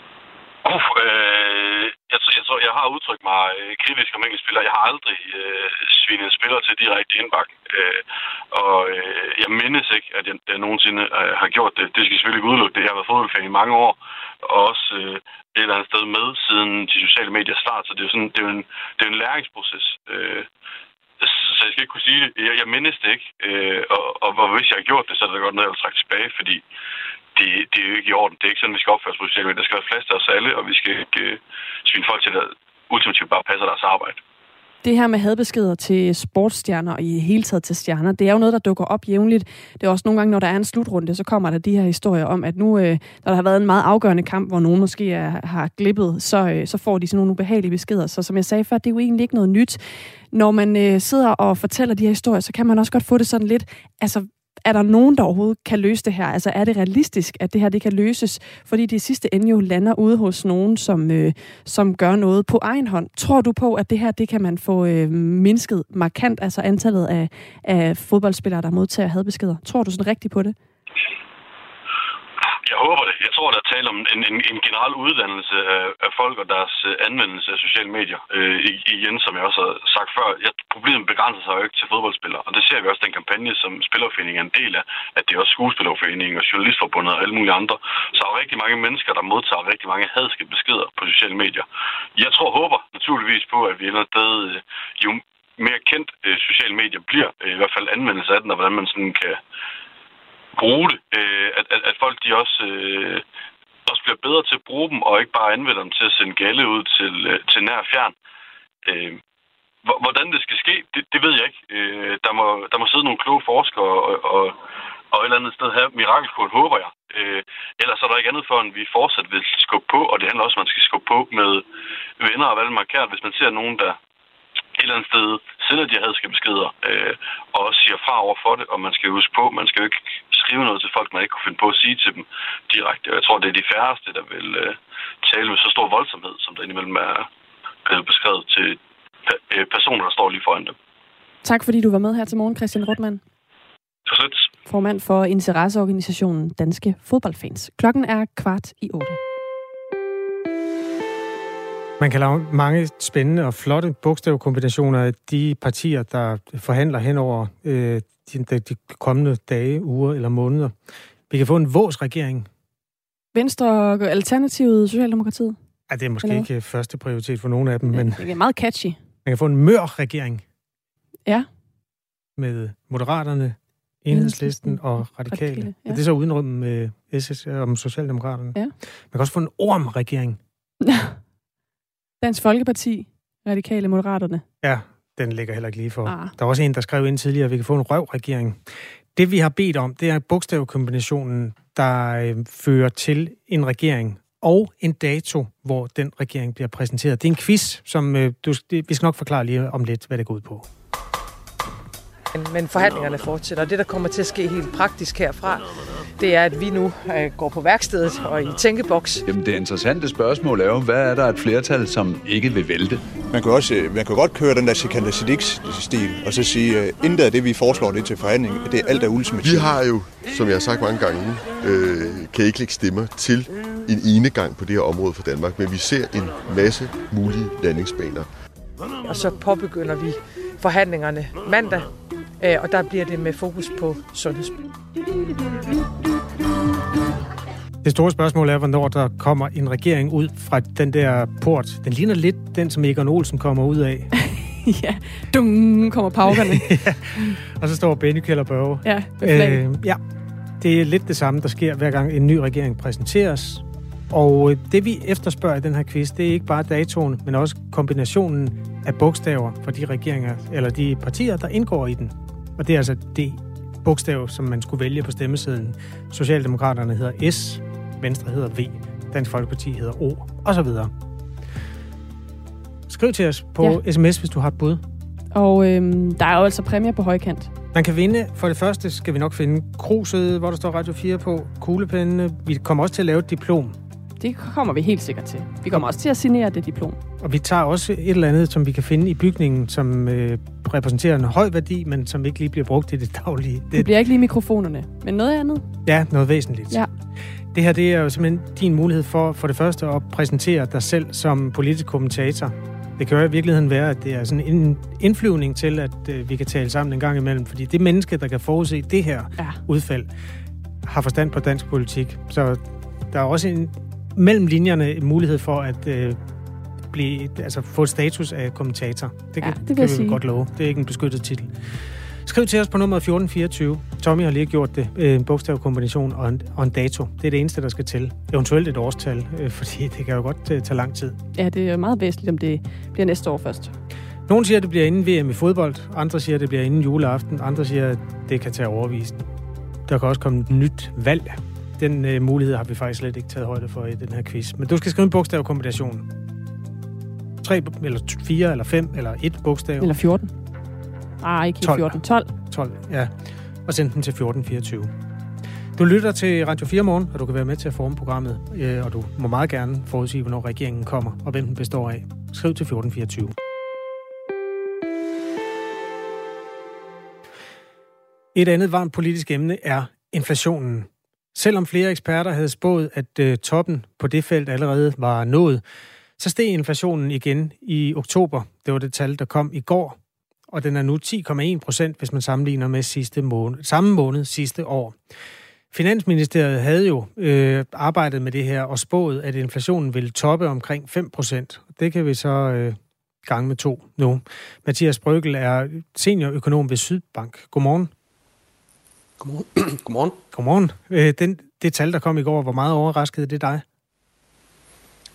Jeg har udtrykt mig kritisk om enkeltspillere. Jeg har aldrig svinet spillere til direkte indbakken. Jeg mindes ikke, at jeg nogensinde har gjort det. Det skal selvfølgelig ikke udelukke det. Jeg har været fodboldfan i mange år, og også et eller andet sted med siden de sociale medier start. Så det er jo en læringsproces. Så jeg skal ikke kunne sige det. Jeg mindes det ikke. Og hvis jeg har gjort det, så er det godt noget, jeg vil trække tilbage, fordi det er jo ikke i orden. Det er ikke sådan, vi skal opføre os på sociale medier. Der skal være plads til os alle, og vi skal ikke svine folk til, der ultimativt bare passer deres arbejde. Det her med hadbeskeder til sportsstjerner og i hele taget til stjerner, det er jo noget, der dukker op jævnligt. Det er også nogle gange, når der er en slutrunde, så kommer der de her historier om, at nu, der har været en meget afgørende kamp, hvor nogen måske har glippet, så får de sådan nogle ubehagelige beskeder. Så som jeg sagde før, det er jo egentlig ikke noget nyt. Når man sidder og fortæller de her historier, så kan man også godt få det sådan lidt, altså, er der nogen, der overhovedet kan løse det her? Altså, er det realistisk, at det her det kan løses? Fordi det sidste ende jo lander ude hos nogen, som gør noget på egen hånd. Tror du på, at det her det kan man få mindsket markant, altså antallet af fodboldspillere, der modtager hadbeskeder? Tror du sådan rigtigt på det? Jeg håber det. Jeg tror, der er tale om en generel uddannelse af folk og deres anvendelse af sociale medier. Igen, som jeg også har sagt før, problemet begrænser sig jo ikke til fodboldspillere. Og det ser vi også den kampagne, som Spillerforeningen er en del af, at det er også Skuespillerforeningen og Journalistforbundet og alle mulige andre. Så er der rigtig mange mennesker, der modtager rigtig mange hadske beskeder på sociale medier. Jeg håber naturligvis på, at vi et eller andet sted jo mere kendt sociale medier bliver, i hvert fald anvendelse af den, og hvordan man sådan kan bruge det, at folk de også bliver bedre til at bruge dem, og ikke bare anvende dem til at sende galle ud til nær og fjern. Hvordan det skal ske, det ved jeg ikke. Der må sidde nogle kloge forskere og et eller andet sted have mirakelkort, håber jeg. Ellers er der ikke andet for, end vi fortsat vil skubbe på, og det handler også om, at man skal skubbe på med venner og valg markert. Hvis man ser nogen, der et eller andet sted sender de hadske beskeder og siger fra over for det, og man skal huske på, man skal jo ikke skrive noget til folk, man ikke kunne finde på at sige til dem direkte. Jeg tror, det er de færreste, der vil tale med så stor voldsomhed, som der indimellem er beskrevet til personer, der står lige foran dem. Tak fordi du var med her til morgen, Christian Rothmann. Formand for interesseorganisationen Danske Fodboldfans. Klokken er 7:15. Man kan lave mange spændende og flotte bogstavkombinationer af de partier, der forhandler hen over de kommende dage, uger eller måneder. Vi kan få en vås-regering. Venstre, Alternativet, Socialdemokratiet? Ja, det er måske ikke første prioritet for nogen af dem, men det er meget catchy. Man kan få en mør-regering. Ja. Med Moderaterne, Enhedslisten og Radikale. Ja. Det er så udenrum med SS om Socialdemokraterne. Ja. Man kan også få en orm-regering. Dansk Folkeparti, Radikale, Moderaterne. Ja, den ligger heller ikke lige for. Der er også en, der skrev ind tidligere, at vi kan få en røv-regering. Det, vi har bedt om, det er bogstavkombinationen, der fører til en regering og en dato, hvor den regering bliver præsenteret. Det er en quiz, som vi skal nok forklare lige om lidt, hvad det går ud på. Men forhandlingerne fortsætter, og det, der kommer til at ske helt praktisk herfra, det er, at vi nu går på værkstedet og i tænkeboks. Jamen, det interessante spørgsmål er jo, hvad er der et flertal, som ikke vil vælte? Man kan godt køre den der Sikander Siddiq-stil, og så sige, intet af det, vi foreslår det til forhandling, det er alt er ultimativt. Vi har jo, som jeg har sagt mange gange, kan ikke lægge stemmer til en enegang på det her område for Danmark, men vi ser en masse mulige landingsbaner. Og så påbegynder vi forhandlingerne mandag, og der bliver det med fokus på sundheds. Det store spørgsmål er, hvornår der kommer en regering ud fra den der port. Den ligner lidt den, som Egon Olsen kommer ud af. Ja, dung, kommer paukerne. Ja. Og så står Benny Kjeld Børge. Ja, ja, det er lidt det samme, der sker, hver gang en ny regering præsenteres. Og det, vi efterspørger i den her quiz, det er ikke bare datoen, men også kombinationen af bogstaver for de regeringer, eller de partier, der indgår i den. Og det er altså det bogstav, som man skulle vælge på stemmesedlen. Socialdemokraterne hedder S, Venstre hedder V, Dansk Folkeparti hedder O, og så videre. Skriv til os på sms, hvis du har et bud. Og der er jo altså præmier på højkant. Man kan vinde. For det første skal vi nok finde kruset, hvor der står Radio 4 på, kuglepenne. Vi kommer også til at lave et diplom. Det kommer vi helt sikkert til. Vi kommer også til at signere det diplom. Og vi tager også et eller andet, som vi kan finde i bygningen, som repræsenterer en høj værdi, men som ikke lige bliver brugt i det daglige. Det bliver ikke lige mikrofonerne, men noget andet. Ja, noget væsentligt. Ja. Det her, det er jo simpelthen din mulighed for det første at præsentere dig selv som politisk kommentator. Det kan jo i virkeligheden være, at det er sådan en indflyvning til, at vi kan tale sammen en gang imellem, fordi det menneske, der kan forudse det her udfald, har forstand på dansk politik. Så der er også mellem linjerne en mulighed for at få et status af kommentator. Det kan vi godt love. Det er ikke en beskyttet titel. Skriv til os på nummer 1424. Tommy har lige gjort det. En bogstavkombination og en dato. Det er det eneste, der skal til. Eventuelt et årstal, fordi det kan jo godt tage lang tid. Ja, det er meget væsentligt, om det bliver næste år først. Nogle siger, at det bliver inden VM i fodbold. Andre siger, at det bliver inden juleaften. Andre siger, at det kan tage overvist. Der kan også komme et nyt valg. Den mulighed har vi faktisk slet ikke taget højde for i den her quiz. Men du skal skrive en bogstavkombination. 3 eller 4 eller 5 eller 1 bogstav. Eller 14. Ikke 14. 12. 12, ja. Og send den til 1424. Du lytter til Radio 4 morgen, og du kan være med til at forme programmet. Og du må meget gerne forudsige, hvornår regeringen kommer, og hvem den består af. Skriv til 1424. Et andet varmt politisk emne er inflationen. Selvom flere eksperter havde spået, at toppen på det felt allerede var nået, så steg inflationen igen i oktober. Det var det tal, der kom i går, og den er nu 10,1%, hvis man sammenligner med samme måned sidste år. Finansministeriet havde jo arbejdet med det her og spået, at inflationen ville toppe omkring 5%. Det kan vi så gange med 2 nu. Mathias Brøgel er seniorøkonom ved Sydbank. Godmorgen. Godmorgen. Godmorgen. Det tal, der kom i går, hvor meget overraskede det dig?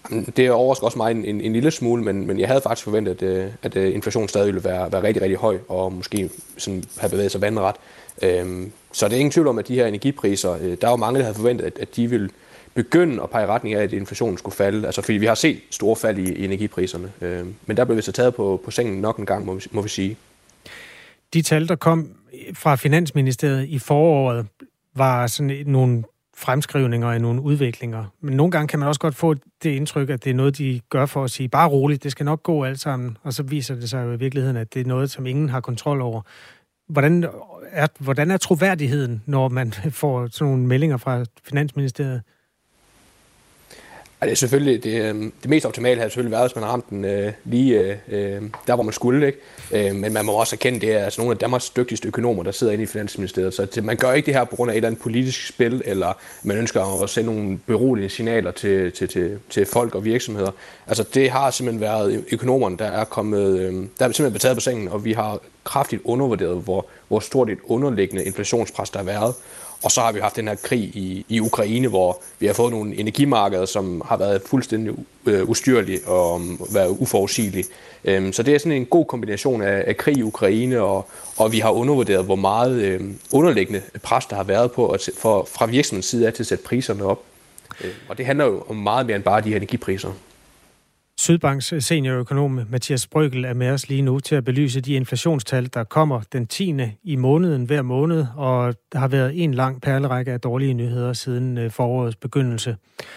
Det overrasker også mig en lille smule, men jeg havde faktisk forventet, at inflationen stadig ville være rigtig, rigtig høj, og måske sådan have bevæget sig vandret. Så det er ingen tvivl om, at de her energipriser, der er jo mange, der havde forventet, at de ville begynde at pege i retning af, at inflationen skulle falde. Altså fordi vi har set store fald i energipriserne. Men der blev vi så taget på sengen nok en gang, må vi sige. De tal, der kom fra Finansministeriet i foråret, var sådan nogle fremskrivninger af nogle udviklinger. Men nogle gange kan man også godt få det indtryk, at det er noget, de gør for at sige, bare roligt, det skal nok gå alt sammen. Og så viser det sig jo i virkeligheden, at det er noget, som ingen har kontrol over. Hvordan er troværdigheden, når man får sådan nogle meldinger fra Finansministeriet? Det er selvfølgelig det mest optimale har selvfølgelig været, hvis man har ramt den lige der, hvor man skulle, ikke? Men man må også erkende, det er altså nogle af Danmarks dygtigste økonomer, der sidder inde i Finansministeriet. Så man gør ikke det her på grund af et eller andet politisk spil, eller man ønsker at sende nogle beroligende signaler til folk og virksomheder. Altså det har simpelthen været økonomerne, der er simpelthen taget på sengen, og vi har kraftigt undervurderet, hvor stort et underliggende inflationspres der har været. Og så har vi haft den her krig i Ukraine, hvor vi har fået nogle energimarkeder, som har været fuldstændig ustyrlige og været uforudsigelige. Så det er sådan en god kombination af krig i Ukraine, og vi har undervurderet, hvor meget underliggende pres, der har været på fra virksomhedens side af til at sætte priserne op. Og det handler jo om meget mere end bare de her energipriser. Sydbanks seniorøkonom Mathias Brøgel er med os lige nu til at belyse de inflationstal, der kommer den 10. i måneden hver måned, og der har været en lang perlerække af dårlige nyheder siden forårets begyndelse.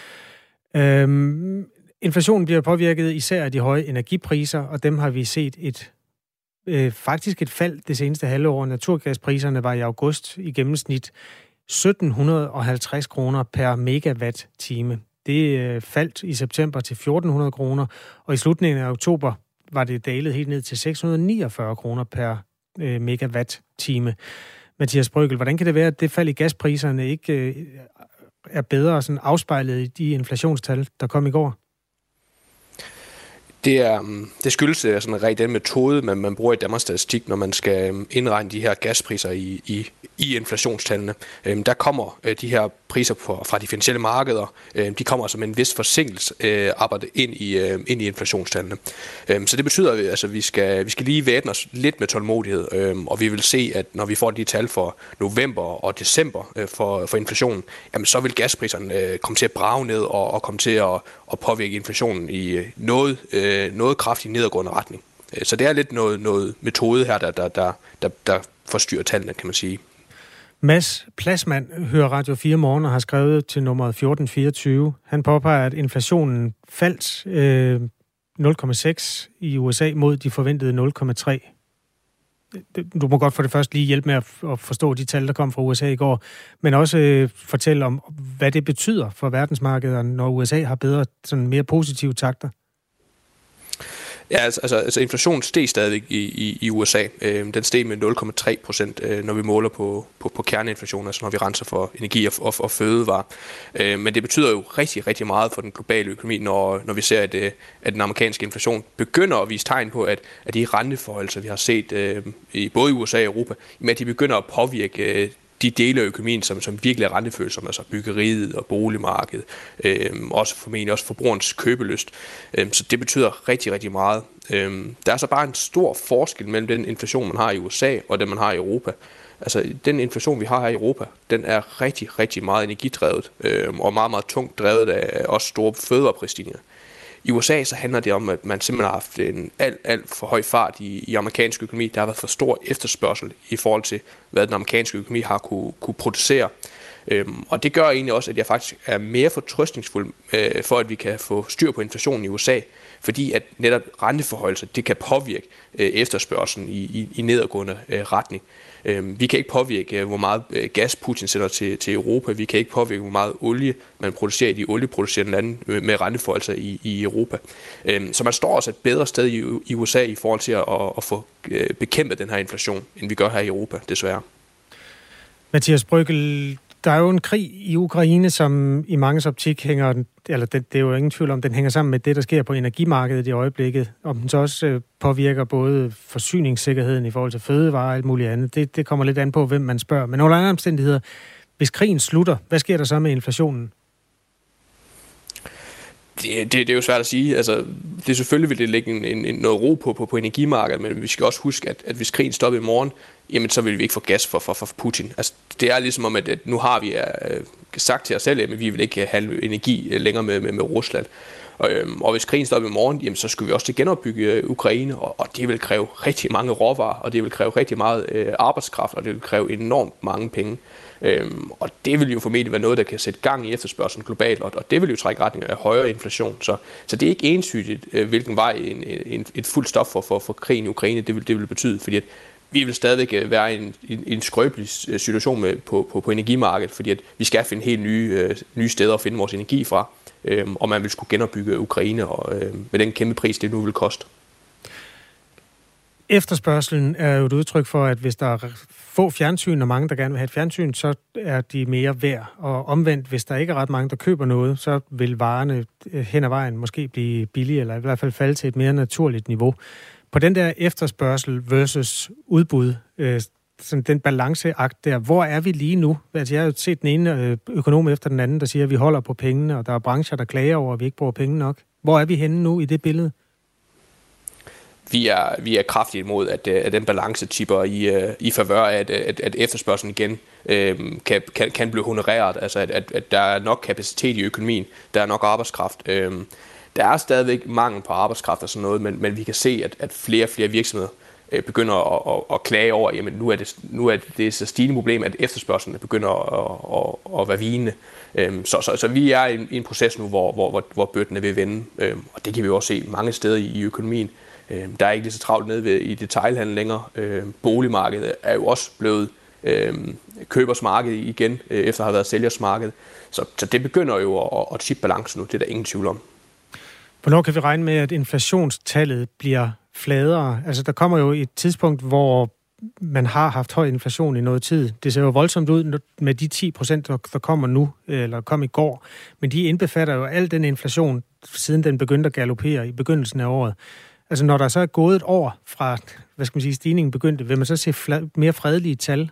Inflationen bliver påvirket især af de høje energipriser, og dem har vi set faktisk et fald det seneste halvår. Naturgaspriserne var i august i gennemsnit 1.750 kroner per megawatt-time. Det faldt i september til 1.400 kroner, og i slutningen af oktober var det dalet helt ned til 649 kroner per megawatt-time. Mathias Brøgel, hvordan kan det være, at det fald i gaspriserne ikke er bedre sådan afspejlet i de inflationstal, der kom i går? Det skyldes sådan rigtig den metode, man bruger i Danmarks Statistik, når man skal indregne de her gaspriser i inflationstallene. Der kommer de her priser fra de finansielle markeder, de kommer altså med en vis forsinkelse arbejde ind i inflationstallene. Så det betyder, at altså, vi skal lige væbne os lidt med tålmodighed, og vi vil se, at når vi får de tal for november og december for inflationen, jamen, så vil gaspriserne komme til at brage ned og komme til at påvirke inflationen i noget kraftigt nedadgående retning. Så det er lidt noget metode her, der forstyrrer tallene, kan man sige. Mads Pladsmand hører Radio 4 morgen og har skrevet til nummeret 1424. Han påpeger, at inflationen faldt 0,6 i USA mod de forventede 0,3. Du må godt for det første lige hjælpe med at forstå de tal, der kom fra USA i går, men også fortælle om, hvad det betyder for verdensmarkederne, når USA har bedre, sådan mere positive takter. Ja, altså inflationen steg stadig i USA. Den steg med 0,3%, når vi måler på kerneinflation, altså når vi renser for energi og fødevarer. Men det betyder jo rigtig, rigtig meget for den globale økonomi, når vi ser, at den amerikanske inflation begynder at vise tegn på, at de renteforholdelser, vi har set både i USA og Europa, at de begynder at påvirke de dele af økonomien, som virkelig er rentefølsomme, altså byggeriet og boligmarkedet, også formentlig også forbrugerens købelyst. Så det betyder rigtig, rigtig meget. Der er så bare en stor forskel mellem den inflation, man har i USA og den, man har i Europa. Altså den inflation, vi har her i Europa, den er rigtig, rigtig meget energidrevet, og meget, meget tungt drevet af også store fødevarepristigninger. I USA så handler det om, at man simpelthen har haft en alt for høj fart i amerikansk økonomi. Der har været for stor efterspørgsel i forhold til, hvad den amerikanske økonomi har kunne producere. Og det gør egentlig også, at jeg faktisk er mere fortrøstningsfuld for, at vi kan få styr på inflationen i USA, fordi at netop renteforholdelser, det kan påvirke efterspørgselen i nedadgående retning. Vi kan ikke påvirke, hvor meget gas Putin sender til Europa. Vi kan ikke påvirke, hvor meget olie man producerer i de olieproducerende lande med renteforholdelser i Europa. Så man står også et bedre sted i USA i forhold til at få bekæmpet den her inflation, end vi gør her i Europa, desværre. Mathias Brøgel, der er jo en krig i Ukraine, som i manges optik hænger, eller det er jo ingen tvivl om, den hænger sammen med det, der sker på energimarkedet i øjeblikket. Om den så også påvirker både forsyningssikkerheden i forhold til fødevarer og alt muligt andet. Det kommer lidt an på, hvem man spørger. Men under andre omstændigheder, hvis krigen slutter, hvad sker der så med inflationen? Det er jo svært at sige. Altså, det selvfølgelig vil det lægge noget ro på energimarkedet, men vi skal også huske, at hvis krigen stopper i morgen, jamen så vil vi ikke få gas for Putin. Altså, det er ligesom om, at nu har vi sagt til os selv, at vi vil ikke have energi længere med Rusland. Og hvis krigen stopper i morgen, jamen, så skal vi også til genopbygge Ukraine, og det vil kræve rigtig mange råvarer, og det vil kræve rigtig meget arbejdskraft, og det vil kræve enormt mange penge. Og det vil jo formentlig være noget, der kan sætte gang i efterspørgselen globalt, og det vil jo trække retning af højere inflation. Så det er ikke entydigt, hvilken vej et fuldt stop for krigen i Ukraine det vil betyde, fordi at vi vil stadigvæk være i en skrøbelig situation på energimarkedet, fordi at vi skal finde helt nye steder at finde vores energi fra, og man vil skulle genopbygge Ukraine og med den kæmpe pris, det nu vil koste. Efterspørgselen er jo et udtryk for, at hvis der er få fjernsyn, og mange, der gerne vil have et fjernsyn, så er de mere værd. Og omvendt, hvis der ikke er ret mange, der køber noget, så vil varerne hen ad vejen måske blive billige, eller i hvert fald falde til et mere naturligt niveau. På den der efterspørgsel versus udbud, sådan den balanceakt der, hvor er vi lige nu? Altså, jeg har jo set den ene økonom efter den anden, der siger, at vi holder på pengene, og der er brancher, der klager over, at vi ikke bruger penge nok. Hvor er vi henne nu i det billede? Vi er kraftigt imod, at den balance tipper i favør af, at efterspørgselen igen kan blive honoreret. Altså, at der er nok kapacitet i økonomien, der er nok arbejdskraft. Der er stadigvæk mangel på arbejdskraft og sådan noget, men vi kan se, at flere og flere virksomheder begynder at klage over, jamen nu er det så stigende problem, at efterspørgselen begynder at være vigende. Så vi er i en proces nu, hvor bøtten er ved at vende, og det kan vi også se mange steder i økonomien. Der er ikke lige så travlt nede i detailhandel længere. Boligmarkedet er jo også blevet købersmarked igen, efter at have været sælgersmarked. Så det begynder jo at tippe balance nu, det er der ingen tvivl om. Hvornår kan vi regne med, at inflationstallet bliver fladere? Altså, der kommer jo et tidspunkt, hvor man har haft høj inflation i noget tid. Det ser jo voldsomt ud med de 10%, der kommer nu, eller kom i går. Men de indbefatter jo al den inflation, siden den begyndte at galopere i begyndelsen af året. Altså, når der så er gået et år fra, stigningen begyndte, vil man så se mere fredelige tal?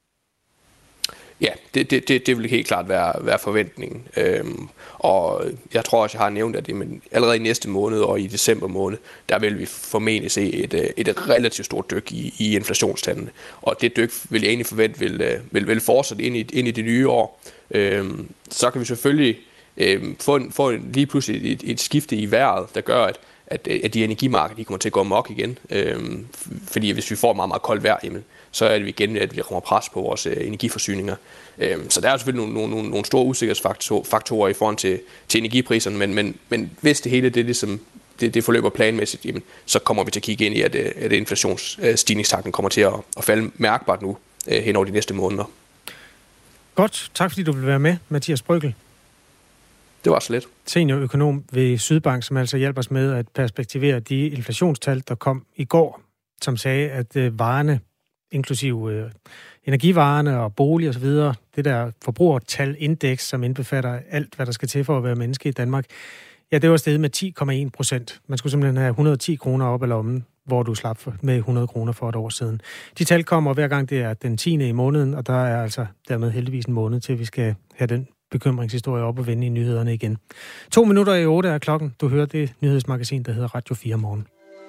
Ja, det vil helt klart være forventningen. Og jeg tror også, jeg har nævnt, at allerede i næste måned og i december måned, der vil vi formentlig se et relativt stort dyk i inflationstallene. Og det dyk vil jeg egentlig forvente vil fortsætte ind i det nye år. Så kan vi selvfølgelig få lige pludselig et skifte i vejret, der gør, at de energimarkeder kommer til at gå amok igen. Fordi hvis vi får meget, meget koldt vejr, så er det igen, at vi kommer pres på vores energiforsyninger. Så der er selvfølgelig nogle store usikkerhedsfaktorer i forhold til energipriserne, men hvis det hele det forløber planmæssigt, så kommer vi til at kigge ind i, at inflationsstigningstakten kommer til at falde mærkbart nu hen over de næste måneder. Godt. Tak fordi du vil være med, Mathias Brøgel. Det var så lidt. Seniorøkonom ved Sydbank, som altså hjælper os med at perspektivere de inflationstal, der kom i går, som sagde, at varerne, inklusive energivarerne og bolig og så videre, det der forbrugertalindeks, som indbefatter alt, hvad der skal til for at være menneske i Danmark, ja, det var steget med 10,1%. Man skulle simpelthen have 110 kroner op af lommen, hvor du slap med 100 kroner for et år siden. De tal kommer hver gang, det er den 10. i måneden, og der er altså dermed heldigvis en måned til, vi skal have den bekymringshistorie op og vende i nyhederne igen. 7:02 er klokken. Du hører det nyhedsmagasin, der hedder Radio 4 Morgen.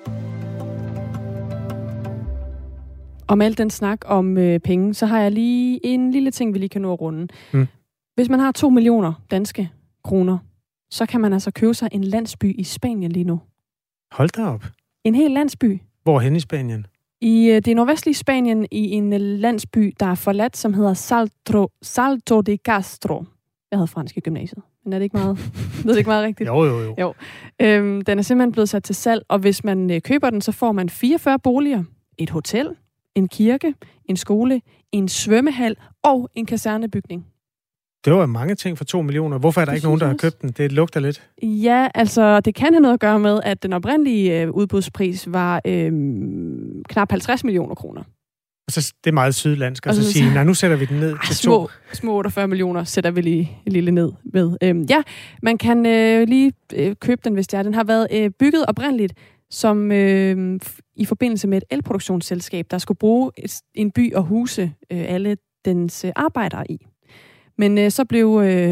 Om alt den snak om penge, så har jeg lige en lille ting, vi lige kan nå at runde. Hvis man har 2 millioner danske kroner, så kan man altså købe sig en landsby i Spanien lige nu. Hold da op. En hel landsby. Hvorhen i Spanien? I det nordvestlige Spanien, i en landsby, der er forladt, som hedder Salto de Castro. Jeg havde fransk i gymnasiet, men er det ikke meget, det ikke meget rigtigt? Jo. Den er simpelthen blevet sat til salg, og hvis man køber den, så får man 44 boliger, et hotel, en kirke, en skole, en svømmehal og en kasernebygning. Det var mange ting for 2 millioner. Hvorfor er der ikke nogen, der har købt den? Det lugter lidt. Ja, altså det kan have noget at gøre med, at den oprindelige udbudspris var knap 50 millioner kroner. Altså, det er meget sydlandsk at så sige, nej, nu sætter vi den ned til 2. Små 48 millioner sætter vi lige lille ned med. Ja, man kan lige købe den, hvis det er. Den har været bygget oprindeligt som i forbindelse med et elproduktionsselskab, der skulle bruge en by og huse alle dens arbejdere i. Men så blev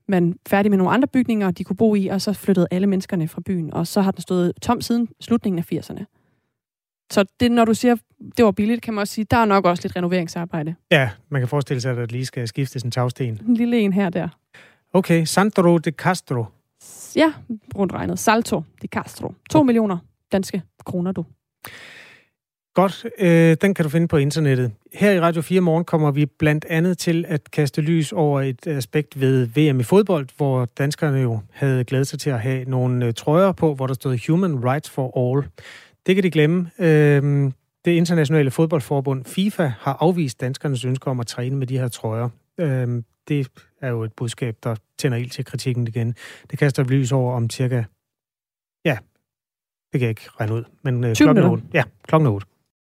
man færdig med nogle andre bygninger, de kunne bo i, og så flyttede alle menneskerne fra byen. Og så har den stået tom siden slutningen af 80'erne. Så det, når du siger, det var billigt, kan man også sige, der er nok også lidt renoveringsarbejde. Ja, man kan forestille sig, at der lige skal skiftes en tagsten. En lille en her der. Okay, Sandro de Castro. Ja, rundt regnet. Salto de Castro. 2 millioner danske kroner, du. Godt, den kan du finde på internettet. Her i Radio 4 Morgen kommer vi blandt andet til at kaste lys over et aspekt ved VM i fodbold, hvor danskerne jo havde glædet sig til at have nogle trøjer på, hvor der stod Human Rights for All. Det kan de glemme. Det internationale fodboldforbund FIFA har afvist danskernes ønsker om at træne med de her trøjer. Det er jo et budskab, der tænder ild til kritikken igen. Det kaster lys over om cirka... Ja, det kan jeg ikke regne ud. Men klokken 8. Ja, klokken 8.